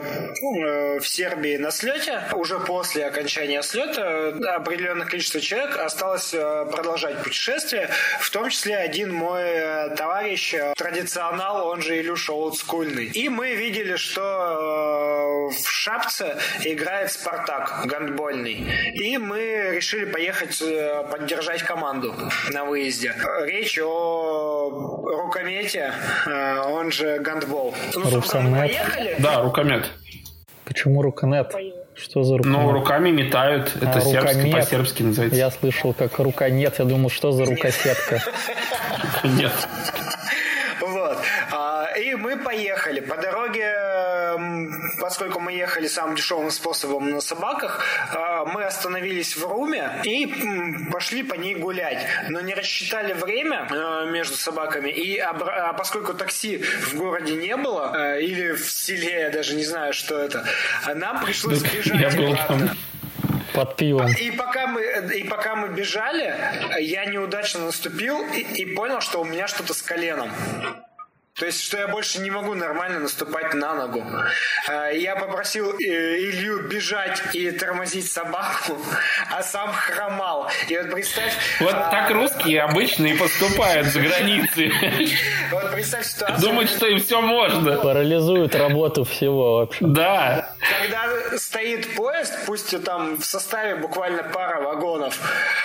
в Сербии на слете, уже после окончания слета определенное количество человек осталось продолжать путешествие, в том числе один мой товарищ, традиционал, он же Илюша олдскульный. И мы видели, что в Шапце играет Спартак гандбольный. И мы решили поехать поддержать команду на выезде. Речь о рукомете, он же гандбол. Ну, Рукомет. Поехали? Да, рукомет. Почему рукомет? Что за рукомет? Ну, руками метают. Это а, сербский, по-сербски называется. Я слышал, как руконет. Я думал, что за рукосетка? Нет. Вот. И мы поехали. По дороге, поскольку мы ехали самым дешевым способом на собаках, мы остановились в Руме и пошли по ней гулять. Но не рассчитали время между собаками. И а поскольку такси в городе не было, или в селе, я даже не знаю, что это, нам пришлось бежать обратно. Под пивом. И пока мы, и пока мы бежали, я неудачно наступил и, и понял, что у меня что-то с коленом. То есть, что я больше не могу нормально наступать на ногу. Я попросил Илью бежать и тормозить собаку, а сам хромал. И вот представь... Вот а... так русские обычно и поступают за границей. Вот представь ситуацию... Думают, что им все можно. Парализуют работу всего вообще. Да. Когда стоит поезд, пусть там в составе буквально пара вагонов,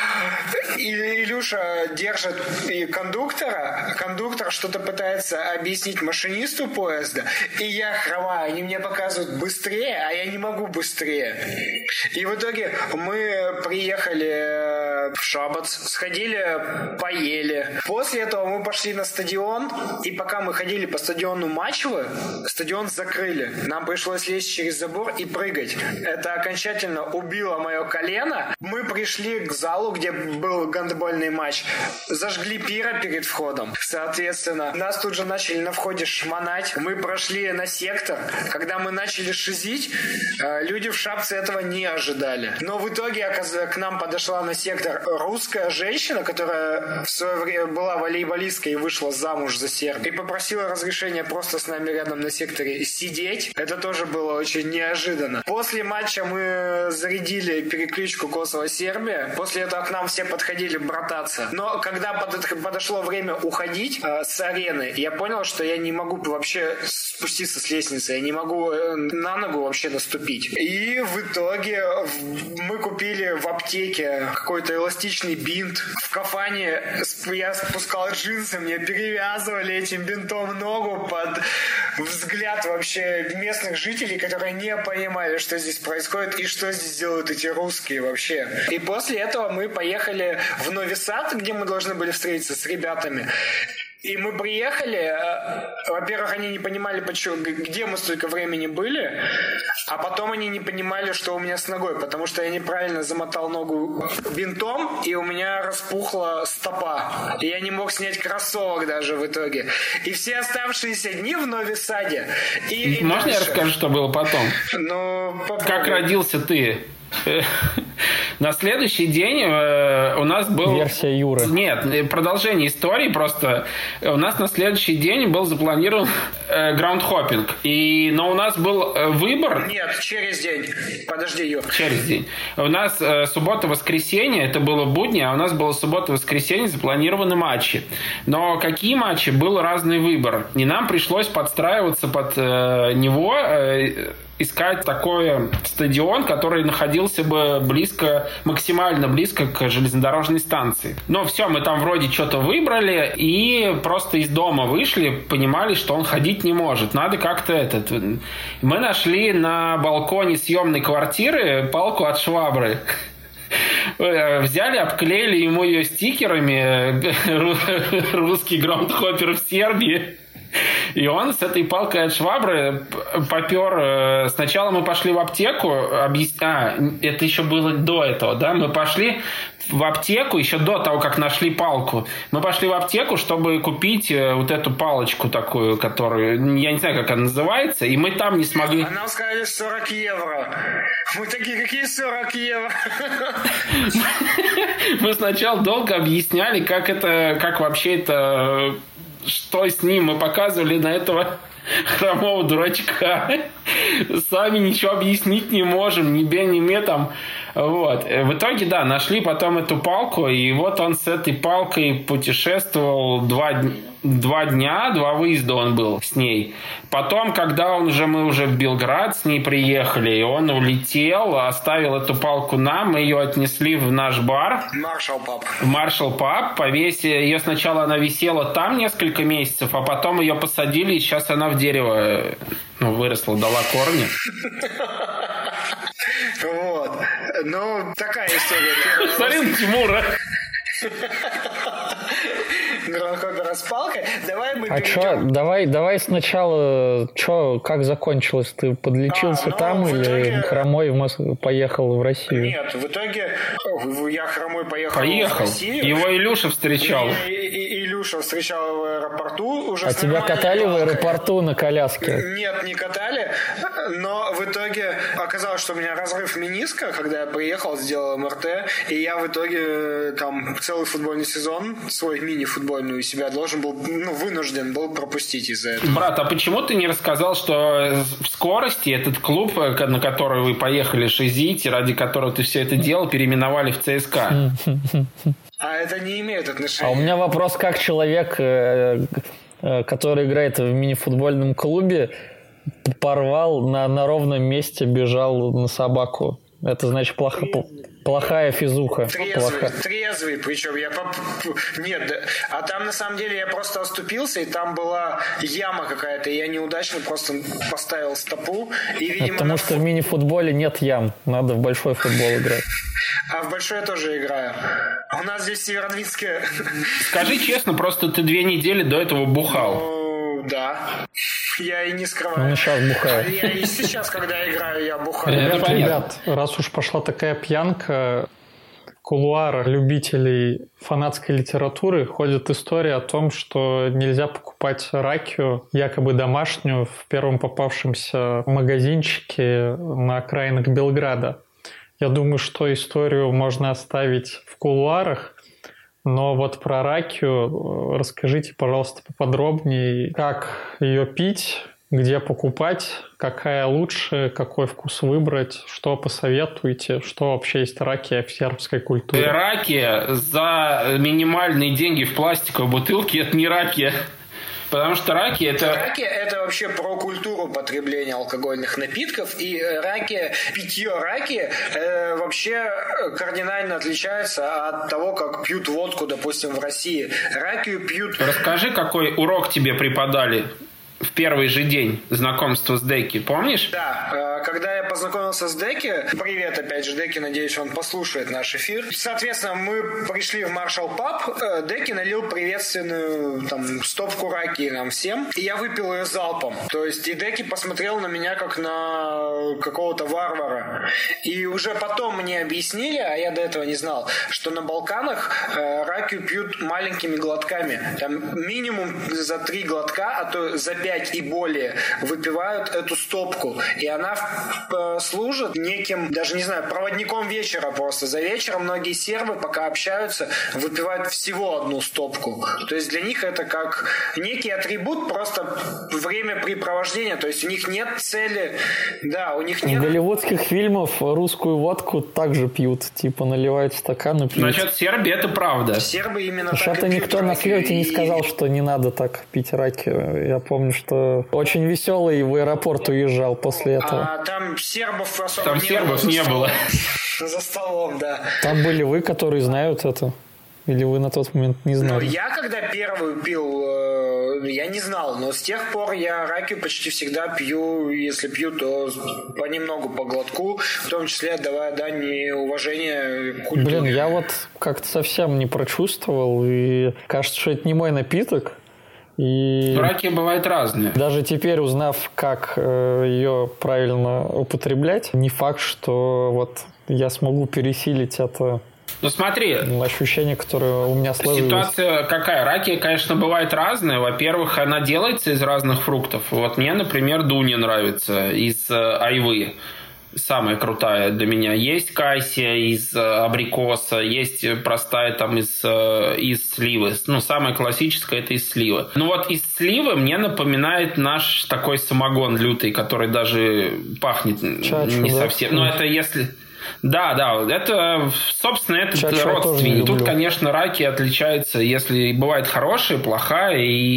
и Илюша держит и кондуктора, кондуктор что-то пытается объяснить машинисту поезда, и я хромаю, они мне показывают быстрее, а я не могу быстрее. И в итоге мы приехали в Шабац, сходили, поели. После этого мы пошли на стадион, и пока мы ходили по стадиону Мачвы, стадион закрыли. Нам пришлось лезть через забор и прыгать. Это окончательно убило мое колено. Мы пришли к залу, где был гандбольный матч, зажгли пиро перед входом. Соответственно, нас тут же начали на входе шмонать. Мы прошли на сектор. Когда мы начали шизить, люди в Шапце этого не ожидали. Но в итоге к нам подошла на сектор русская женщина, которая в свое время была волейболисткой и вышла замуж за серба, и попросила разрешения просто с нами рядом на секторе сидеть. Это тоже было очень неожиданно. После матча мы зарядили перекличку Косово-Сербия. После этого к нам все подходили брататься. Но когда подошло время уходить э, с арены, я понял, что я не могу вообще спуститься с лестницы, я не могу на ногу вообще наступить. И в итоге мы купили в аптеке какой-то эластичный бинт. В кафане я спускал джинсы, мне перевязывали этим бинтом ногу под взгляд вообще местных жителей, которые не понимали, что здесь происходит и что здесь делают эти русские вообще. И после этого мы поехали в Нови Сад, где мы должны были встретиться с ребятами. И мы приехали, во-первых, они не понимали, почему, где мы столько времени были, а потом они не понимали, что у меня с ногой, потому что я неправильно замотал ногу бинтом, и у меня распухла стопа, и я не мог снять кроссовок даже в итоге. И все оставшиеся дни в Нови Саде. И, и Можно дальше... я расскажу, что было потом? Ну, попробуй. Как родился ты? На следующий день э, у нас был... Версия Юры. Нет, продолжение истории просто. У нас на следующий день был запланирован э, граундхоппинг. И, но у нас был э, выбор... Нет, через день. Подожди, Юр. Через день. У нас э, суббота-воскресенье, это было будни, а у нас было суббота-воскресенье запланированы матчи. Но какие матчи? Был разный выбор. И нам пришлось подстраиваться под э, него... Э, искать такой стадион, который находился бы близко, максимально близко к железнодорожной станции. Но все, мы там вроде что-то выбрали и просто из дома вышли, понимали, что он ходить не может. Надо как-то этот... Мы нашли на балконе съемной квартиры палку от швабры. Взяли, обклеили ему ее стикерами «Русский граундхоппер в Сербии». И он с этой палкой от швабры попер. Сначала мы пошли в аптеку. Объяс... А, это еще было до этого, да? Мы пошли в аптеку еще до того, как нашли палку. Мы пошли в аптеку, чтобы купить вот эту палочку такую, которую... Я не знаю, как она называется. И мы там не смогли... А нам сказали сорок евро. Мы такие, какие сорок евро? Мы сначала долго объясняли, как это... Как вообще это... Что с ним? Мы показывали на этого хромого дурачка. Сами ничего объяснить не можем. Ни бе, ни ме там. Вот. В итоге, да, нашли потом эту палку. И вот он с этой палкой путешествовал два дня. Два дня, два выезда он был с ней. Потом, когда он уже, мы уже в Белград с ней приехали, и он улетел, оставил эту палку нам, мы ее отнесли в наш бар. Маршал Паб. В Маршал Паб. Повесили. Ее сначала она висела там несколько месяцев, а потом ее посадили, и сейчас она в дерево ну, выросла, дала корни. Вот. Ну, такая история. Смотри на Тимура. Граундхоппера с палкой. Давай мы а чё, давай, давай сначала, чё, как закончилось? Ты подлечился а, ну, там или итоге... хромой в Москву поехал в Россию? Нет, в итоге я хромой поехал, поехал. в Россию. Его Илюша встречал. И, и, и Илюша встречал в аэропорту. Уже а тебя катали в аэропорту на коляске? Нет, не катали. Но в итоге оказалось, что у меня разрыв мениска, когда я приехал, сделал эм эр тэ, и я в итоге там целый футбольный сезон, свой мини-футбольный у себя должен был, ну, вынужден был пропустить из-за этого. Брат, а почему ты не рассказал, что в скорости этот клуб, на который вы поехали шизить, ради которого ты все это делал, переименовали в ЦСКА? А это не имеет отношения. А у меня вопрос, как человек, который играет в мини-футбольном клубе, порвал на, на ровном месте, бежал на собаку. Это значит плохо, плохая физуха. Трезвый, плохая. трезвый, причем я... Нет, да. А там на самом деле я просто оступился, и там была яма какая-то, и я неудачно просто поставил стопу. И, видимо, потому на... что в мини-футболе нет ям, надо в большой футбол играть. А в большой я тоже играю. У нас здесь в Северодвинске... Скажи честно, просто ты две недели до этого бухал. Ну, да. Я и не скрываю. Ну, сейчас бухаю. Я и сейчас, когда играю, я бухаю. Ребят, ребят, раз уж пошла такая пьянка, кулуар любителей фанатской литературы ходит история о том, что нельзя покупать ракию, якобы домашнюю, в первом попавшемся магазинчике на окраинах Белграда. Я думаю, что историю можно оставить в кулуарах, но вот про ракию расскажите, пожалуйста, поподробнее, как ее пить, где покупать, какая лучше, какой вкус выбрать, что посоветуете, что вообще есть ракия в сербской культуре. Ракия за минимальные деньги в пластиковой бутылке – это не ракия. Потому что раки это... Раки это вообще про культуру потребления алкогольных напитков, и раки, питье раки э, вообще кардинально отличается от того, как пьют водку, допустим, в России. Ракию пьют... Расскажи, какой урок тебе преподали в первый же день знакомства с Деки, помнишь? Да, когда я познакомился с Деки, привет опять же Деки, надеюсь, он послушает наш эфир. Соответственно, мы пришли в Маршал Паб, Деки налил приветственную там стопку раки нам всем, и я выпил ее залпом. То есть и Деки посмотрел на меня как на какого-то варвара. И уже потом мне объяснили, а я до этого не знал, что на Балканах э, ракию пьют маленькими глотками. Там минимум за три глотка, а то за пять и более выпивают эту стопку. И она э, служит неким, даже не знаю, проводником вечера просто. За вечером многие сербы, пока общаются, выпивают всего одну стопку. То есть для них это как некий атрибут, просто времяпрепровождения. То есть у них нет цели. Да, у них нет... В голливудских фильмах русскую водку также пьют. Типа наливают в стакан и пьют. Значит, в Сербии это правда. Сербы именно Потому так что и никто пьют на ракию. слете не И... сказал, что не надо так пить ракию. Я помню, что очень веселый в аэропорт уезжал после этого. А там сербов особо там не сербов было. не было. За столом, да. Там были вы, которые знают это? Или вы на тот момент не знали? Ну, я когда первый пил, э, я не знал, но с тех пор я раки почти всегда пью, если пью, то понемногу, по глотку, в том числе отдавая дань и уважение культуре. Блин, я вот как-то совсем не прочувствовал, и кажется, что это не мой напиток. И раки бывают разные. Даже теперь, узнав, как э, ее правильно употреблять, не факт, что вот я смогу пересилить это Ну смотри, ощущение, которое у меня сложилось. Ситуация какая? Раки, конечно, бывают разные. Во-первых, она делается из разных фруктов. Вот мне, например, дуни нравится из айвы. Самая крутая для меня. Есть кайсия из абрикоса, есть простая там из, из сливы. Ну, самая классическая это из сливы. Ну вот из сливы мне напоминает наш такой самогон лютый, который даже пахнет Чачу, не да? совсем. Ну, это если... Да, да, это, собственно, это Чачу родственник. Тут, конечно, раки отличаются, если бывает хорошая, плохая,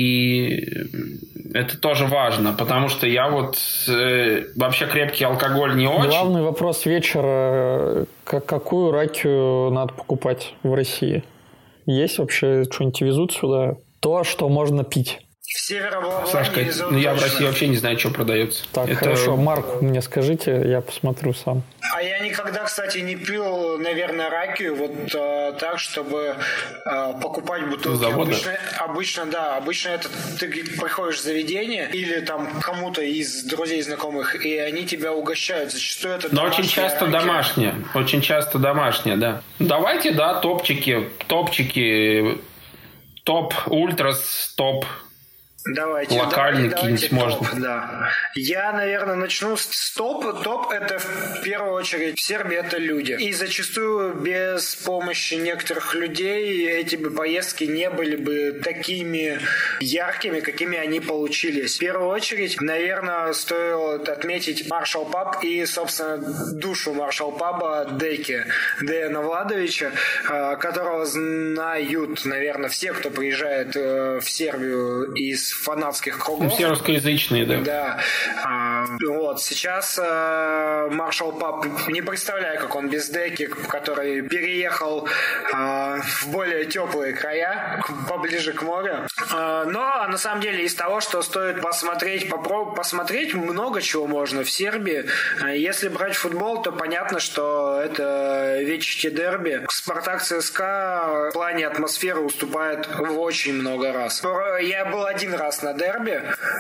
и это тоже важно, потому что я вот э, вообще крепкий алкоголь не очень. Главный вопрос вечера, какую ракию надо покупать в России? Есть вообще, что-нибудь везут сюда? То, что можно пить. В Северо-Волгограде Сашка, ну я в России вообще не знаю, что продается. Так, это... хорошо, Марк, мне скажите, я посмотрю сам. А я никогда, кстати, не пил, наверное, ракию вот э, так, чтобы э, покупать бутылки. Обычно, обычно, да, обычно это ты приходишь в заведение или там кому-то из друзей, знакомых, и они тебя угощают. Зачастую это Но очень часто ракия. домашняя. Очень часто домашняя, да. Давайте, да, топчики, топчики, топ, ультрас, топ. Давайте, локальный давайте, какие-нибудь давайте можно. Топ, да. Я, наверное, начну с топ. Топ – это в первую очередь в Сербии это люди. И зачастую без помощи некоторых людей эти бы поездки не были бы такими яркими, какими они получились. В первую очередь, наверное, стоило отметить Маршал Паб и, собственно, душу Маршал Паба Деки, Деяна Владовича, которого знают, наверное, все, кто приезжает в Сербию из фанатских кругов. Все русскоязычные, да. Да. А, вот. Сейчас а, Маршал Паб, не представляю, как он без Деки, который переехал а, в более теплые края, поближе к морю. А, но, на самом деле, из того, что стоит посмотреть, попробовать посмотреть, много чего можно в Сербии. Если брать футбол, то понятно, что это вечернее дерби. Спартак ЦСКА в плане атмосферы уступает в очень много раз. Я был один раз на дерби,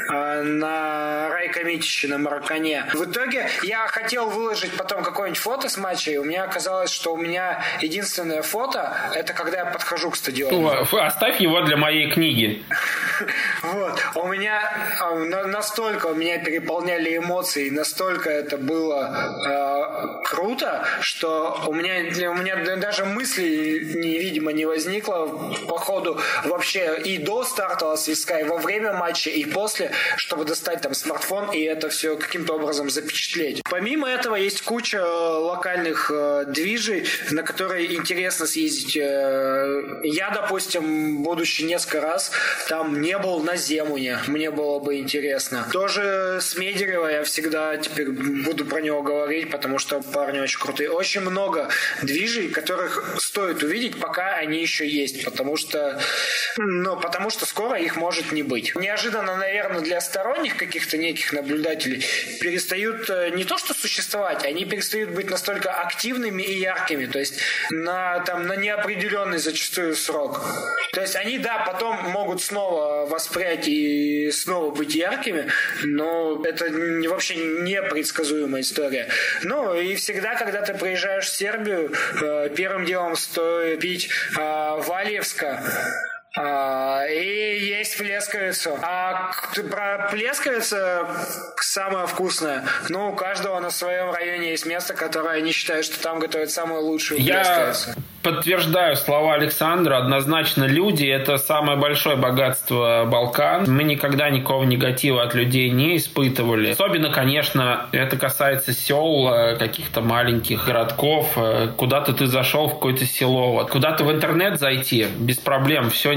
на Райка Митича на Маракане. В итоге я хотел выложить потом какое-нибудь фото с матча, и у меня оказалось, что у меня единственное фото — это когда я подхожу к стадиону. Оставь его для моей книги. Вот. У меня настолько у меня переполняли эмоции, настолько это было э, круто, что у меня, у меня даже мысли, видимо, не возникло по ходу вообще и до стартового свистка, и во время матча, и после, чтобы достать там смартфон и это все каким-то образом запечатлеть. Помимо этого есть куча локальных э, движей, на которые интересно съездить. Я, допустим, будучи несколько раз, там не был на Земуне. Мне было бы интересно. Тоже с Медерева я всегда теперь буду про него говорить, потому что парни очень крутые. Очень много движей, которых стоит увидеть, пока они еще есть, потому что, ну, потому что скоро их может не быть. Неожиданно, наверное, для сторонних каких-то неких наблюдателей перестают не то что существовать, они перестают быть настолько активными и яркими, то есть на, там, на неопределенный зачастую срок. То есть они, да, потом могут снова воспрять и снова быть яркими, но это вообще непредсказуемая история. Ну и всегда, когда ты приезжаешь в Сербию, первым делом стоит пить Вальевска, А, и есть плесковицу. А про плесковицу самое вкусное. Ну, у каждого на своем районе есть место, которое они считают, что там готовят самую лучшую плесковицу. Я подтверждаю слова Александра. Однозначно люди — это самое большое богатство Балкан. Мы никогда никакого негатива от людей не испытывали. Особенно, конечно, это касается сел, каких-то маленьких городков. Куда-то ты зашел в какое-то село. Вот. Куда-то в интернет зайти без проблем. Все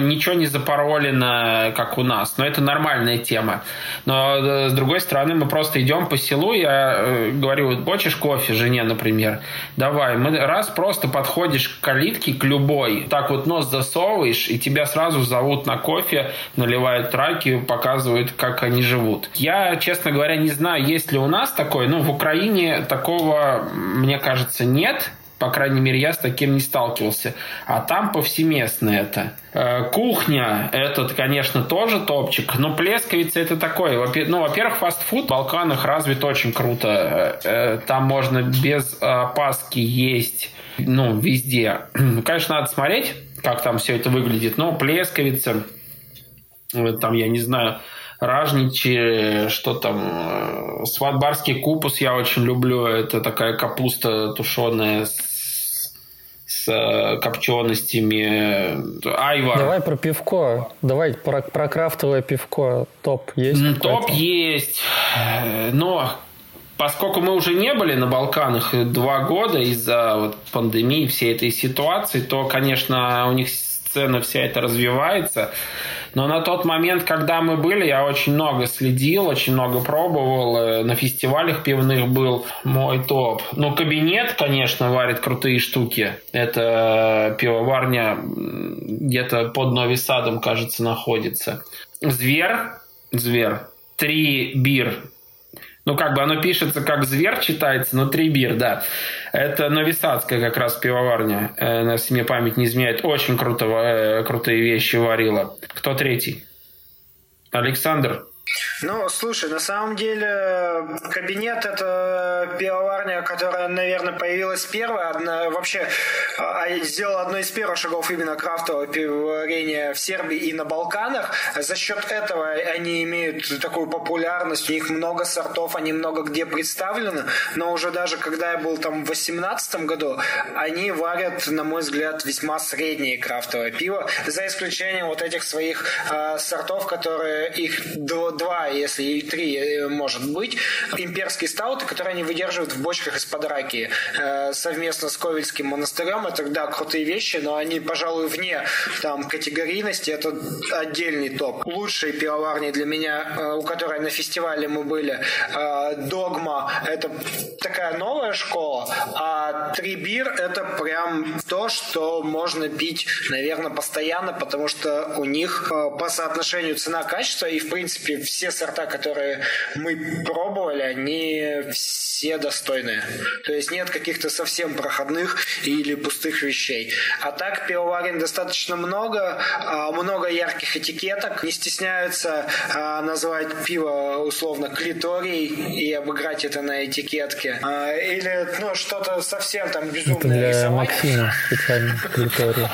ничего не запаролено, как у нас. Но это нормальная тема. Но, с другой стороны, мы просто идем по селу, я говорю, хочешь кофе жене, например? Давай. Мы раз просто подходишь к калитке, к любой, так вот нос засовываешь, и тебя сразу зовут на кофе, наливают траки, показывают, как они живут. Я, честно говоря, не знаю, есть ли у нас такое. Ну, в Украине такого, мне кажется, нет. По крайней мере, я с таким не сталкивался. А там повсеместно это. Э, кухня, это, конечно, тоже топчик. Но плесковица это такое. Ну, во-первых, фастфуд в Балканах развит очень круто. Э, там можно без опаски есть, ну, везде. Конечно, надо смотреть, как там все это выглядит. Но плесковица, там, я не знаю, ражничи, что там, сватбарский купус я очень люблю. Это такая капуста тушеная с, с копченостями. Айвар. Давай про пивко. Давай про, про крафтовое пивко. Топ есть? Топ есть. Но поскольку мы уже не были на Балканах два года из-за вот пандемии, всей этой ситуации, то, конечно, у них сцена вся эта развивается. Но на тот момент, когда мы были, я очень много следил, очень много пробовал. На фестивалях пивных был мой топ. Ну, Кабинет, конечно, варит крутые штуки. Это пивоварня где-то под Нови Садом, кажется, находится. Зверь. Зверь. Три бир. Ну, как бы оно пишется как Зверь, читается, но три бир, да. Это новисадская как раз пивоварня. Если мне память не изменяет. Очень круто, крутые вещи варила. Кто третий? Александр? Ну, слушай, на самом деле Кабинет — это пивоварня, которая, наверное, появилась первая, одна, вообще сделала одно из первых шагов именно крафтового пивоварения в Сербии и на Балканах. За счет этого они имеют такую популярность, у них много сортов, они много где представлены, но уже даже когда я был там в восемнадцатом году, они варят, на мой взгляд, весьма среднее крафтовое пиво, за исключением вот этих своих э, сортов, которые их два, если и три, может быть, имперские стауты, которые они выдерживают в бочках из-под раки э, совместно с Ковельским монастырем. Это, да, крутые вещи, но они, пожалуй, вне там категорийности. Это отдельный топ. Лучшие пивоварни для меня, э, у которой на фестивале мы были, э, Догма — это такая новая школа, а Три Бир — это прям то, что можно пить, наверное, постоянно, потому что у них э, по соотношению цена-качество и, в принципе, все сорта, которые мы пробовали, они все достойные. То есть нет каких-то совсем проходных или пустых вещей. А так пивоварен достаточно много, много ярких этикеток. Не стесняются назвать пиво условно клиторией и обыграть это на этикетке. Или ну, что-то совсем там безумное. Это для рисование. Максима специально клитория.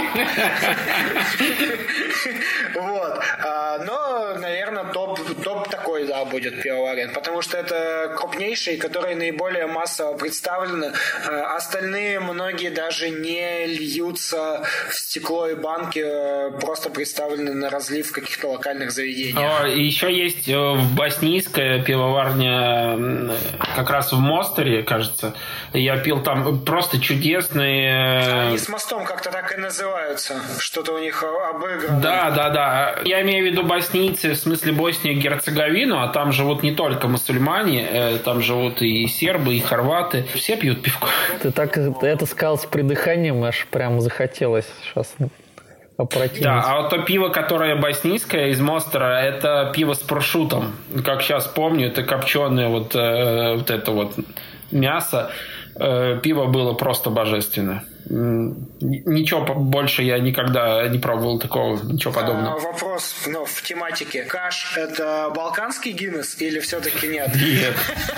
Вот. Но, наверное, топ, топ такой, да, будет пивоварен, потому что это крупнейшие, которые наиболее массово представлены. Остальные многие даже не льются в стекло и банки, просто представлены на разлив в каких-то локальных заведениях. О, еще есть боснийская пивоварня, как раз в Мостере, кажется. Я пил там просто чудесные... Они с мостом как-то так и называются. Что-то у них обыграно. Да, да, да. Я имею в виду боснийцы, в смысле Боснию и Герцеговину, а там живут не только мусульмане, там живут и сербы, и хорваты. Все пьют пивко. Ты так это сказал с придыханием, аж прям захотелось сейчас опрокинуть. Да, а вот то пиво, которое боснийское из Мостера, это пиво с прошутом. Как сейчас помню, это копченое вот, э, вот это вот мясо. Э, пиво было просто божественно. Ничего больше я никогда не пробовал такого, ничего подобного. А, вопрос ну, в тематике. Каш — это балканский Гиннес или все-таки нет? Нет.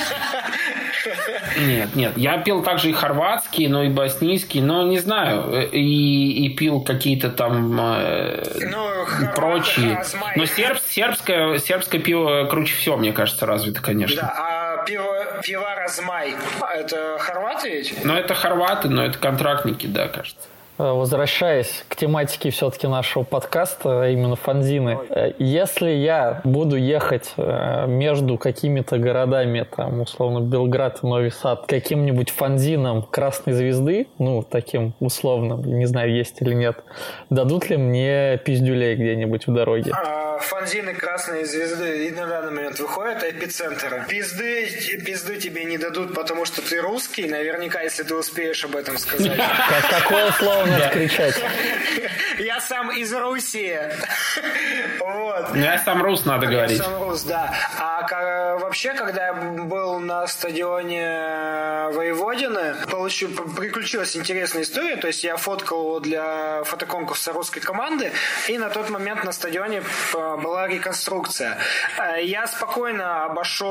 Нет, нет. Я пил также и хорватский, но и боснийский, но не знаю. И, и пил какие-то там э, ну, прочие. Размай. Но серб, сербское, сербское пиво круче всего, мне кажется, развито, конечно. Да, а пиво, пиво Размай — это хорваты ведь? Ну, это хорваты, но это контрактники, да, кажется. Возвращаясь к тематике все-таки нашего подкаста, именно фанзины. Если я буду ехать между какими-то городами, там, условно, Белград и Нови Сад, каким-нибудь фанзином Красной Звезды, ну, таким условным, не знаю, есть или нет, дадут ли мне пиздюлей где-нибудь в дороге? А, фанзины Красной Звезды и на данный момент выходят эпицентры. Пизды, пизды тебе не дадут, потому что ты русский, наверняка, если ты успеешь об этом сказать. Какое слово надо кричать? Я сам из Руси. Вот. Я сам рус, надо говорить. Я сам рус, да. А как, вообще, когда я был на стадионе Воеводины, получил, приключилась интересная история. То есть я фоткал его для фотоконкурса русской команды, и на тот момент на стадионе была реконструкция. Я спокойно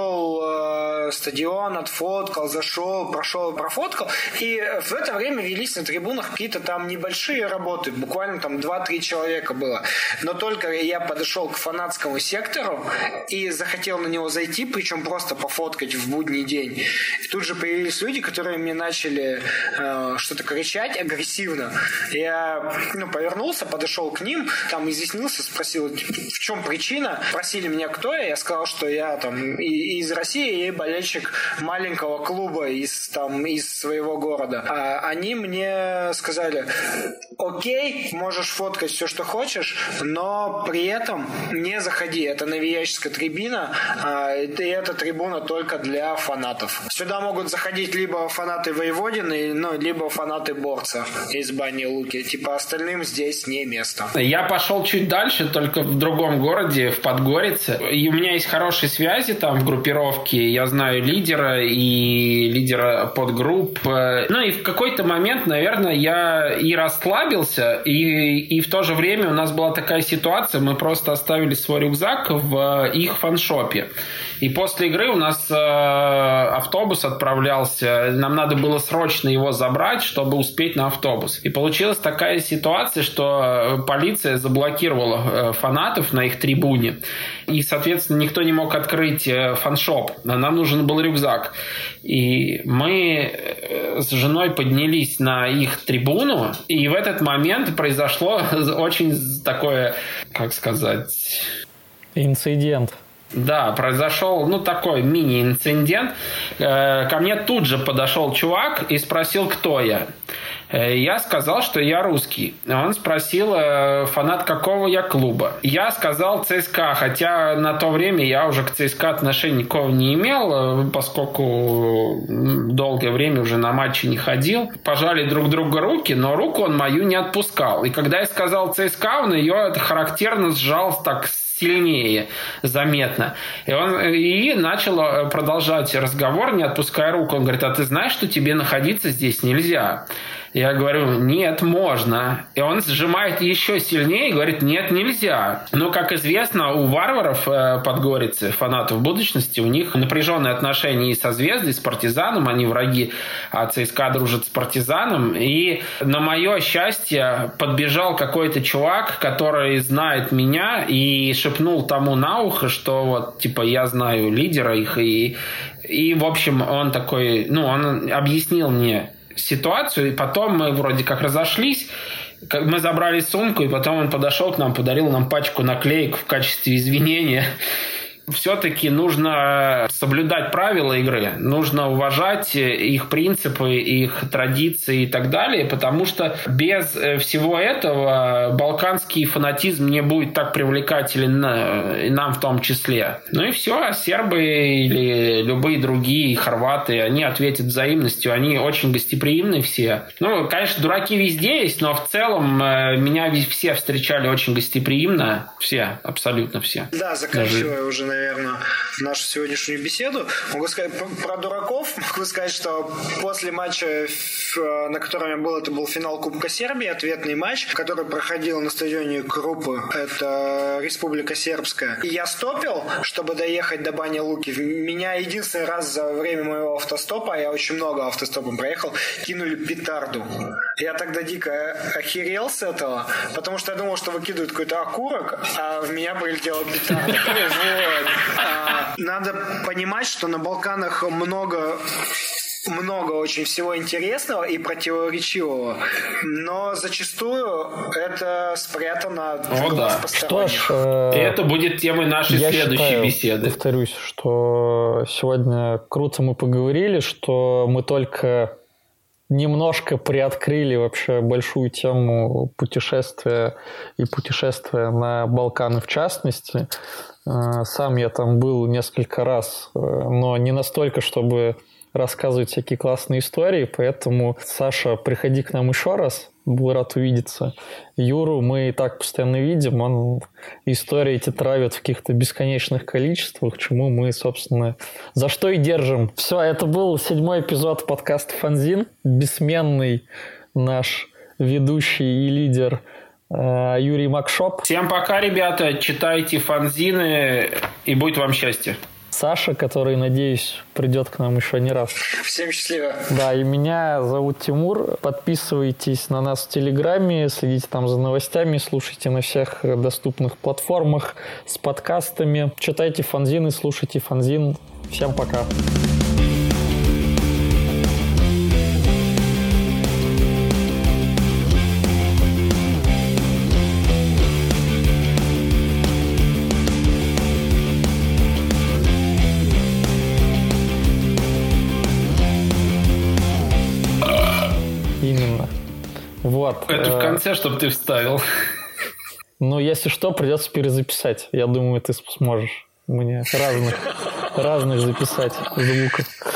обошел стадион, отфоткал, зашел, прошел, профоткал, и в это время велись на трибунах какие-то там небольшие работы, буквально там два-три человека было. Но только я подошел к фанатскому сектору и захотел на него зайти, причем просто пофоткать в будний день. И тут же появились люди, которые мне начали э, что-то кричать агрессивно. Я ну, повернулся, подошел к ним, там изъяснился, спросил, в чем причина. Спросили меня, кто я. Я сказал, что я там и, из России, и болельщик маленького клуба из, там, из своего города. А они мне сказали: окей, можешь фоткать все, что хочешь, но при этом не заходи. Это Новоящская трибуна, и эта трибуна только для фанатов. Сюда могут заходить либо фанаты Воеводины, ну, либо фанаты Борца из Бани Луки. Типа остальным здесь не место. Я пошел чуть дальше, только в другом городе, в Подгорице. И у меня есть хорошие связи там в группировке. Я знаю лидера и лидера подгрупп. Ну и в какой-то момент, наверное, я и расслабился, и, и в то же время у нас была такая ситуация, мы просто оставили свой рюкзак в их фаншопе. И после игры у нас э, автобус отправлялся, нам надо было срочно его забрать, чтобы успеть на автобус. И получилась такая ситуация, что полиция заблокировала э, фанатов на их трибуне. И, соответственно, никто не мог открыть э, фаншоп. Нам нужен был рюкзак. И мы с женой поднялись на их трибуну, и в этот момент произошло очень такое, как сказать... Инцидент. Да, произошел, ну, такой мини-инцидент. Ко мне тут же подошел чувак и спросил, кто я. Я сказал, что я русский. Он спросил, фанат какого я клуба. Я сказал ЦСКА, хотя на то время я уже к ЦСКА отношения никакого не имел, поскольку долгое время уже на матчи не ходил. Пожали друг друга руки, но руку он мою не отпускал. И когда я сказал ЦСКА, он ее характерно сжал так сильнее, заметно. И он и начал продолжать разговор, не отпуская руку. Он говорит: а ты знаешь, что тебе находиться здесь нельзя? Я говорю: нет, можно. И он сжимает еще сильнее и говорит: нет, нельзя. Но, как известно, у варваров э, Подгорицы, фанатов будущности, у них напряженные отношения и со Звездой, и с Партизаном. Они враги, а ЦСКА дружит с Партизаном. И на мое счастье подбежал какой-то чувак, который знает меня, и шепнул тому на ухо, что вот, типа, я знаю лидера их. И, и в общем, он такой, ну, он объяснил мне ситуацию, и потом мы вроде как разошлись, мы забрали сумку, и потом он подошел к нам, подарил нам пачку наклеек в качестве извинения. Все-таки нужно соблюдать правила игры, нужно уважать их принципы, их традиции и так далее, потому что без всего этого балканский фанатизм не будет так привлекателен нам в том числе. Ну и все, а сербы или любые другие, хорваты, они ответят взаимностью, они очень гостеприимны все. Ну, конечно, дураки везде есть, но в целом меня все встречали очень гостеприимно, все, абсолютно все. Да, заканчивая уже, наверное, наверное, нашу сегодняшнюю беседу. Могу сказать про, про дураков. Могу сказать, что после матча, на котором я был, это был финал Кубка Сербии, ответный матч, который проходил на стадионе Крупы. Это Республика Сербская. И я стопил, чтобы доехать до Бани Луки. Меня единственный раз за время моего автостопа, я очень много автостопом проехал, кинули петарду. Я тогда дико охерел с этого, потому что я думал, что выкидывают какой-то окурок, а в меня прилетела петарда. Вот. Надо понимать, что на Балканах много много очень всего интересного и противоречивого, но зачастую это спрятано О, да. Что ж, э, это будет темой нашей я следующей считаю, беседы. Повторюсь, что сегодня круто мы поговорили, что мы только немножко приоткрыли вообще большую тему путешествия и путешествия на Балканы в частности. Сам я там был несколько раз, но не настолько, чтобы рассказывать всякие классные истории, поэтому, Саша, приходи к нам еще раз, был рад увидеться. Юру мы и так постоянно видим, он истории эти травит в каких-то бесконечных количествах, чему мы, собственно, за что и держим. Все, это был седьмой эпизод подкаста «Фанзин», бессменный наш ведущий и лидер Юрий Макшоп. Всем пока, ребята, читайте фанзины, и будет вам счастье. Саша, который, надеюсь, придет к нам еще не раз. Всем счастливо. Да, и меня зовут Тимур. Подписывайтесь на нас в Телеграме, следите там за новостями, слушайте на всех доступных платформах с подкастами. Читайте фанзины, слушайте фанзин. Всем пока. Вот. Это в конце, чтобы ты вставил. Ну, если что, придется перезаписать. Я думаю, ты сможешь мне разных, разных записать звуков.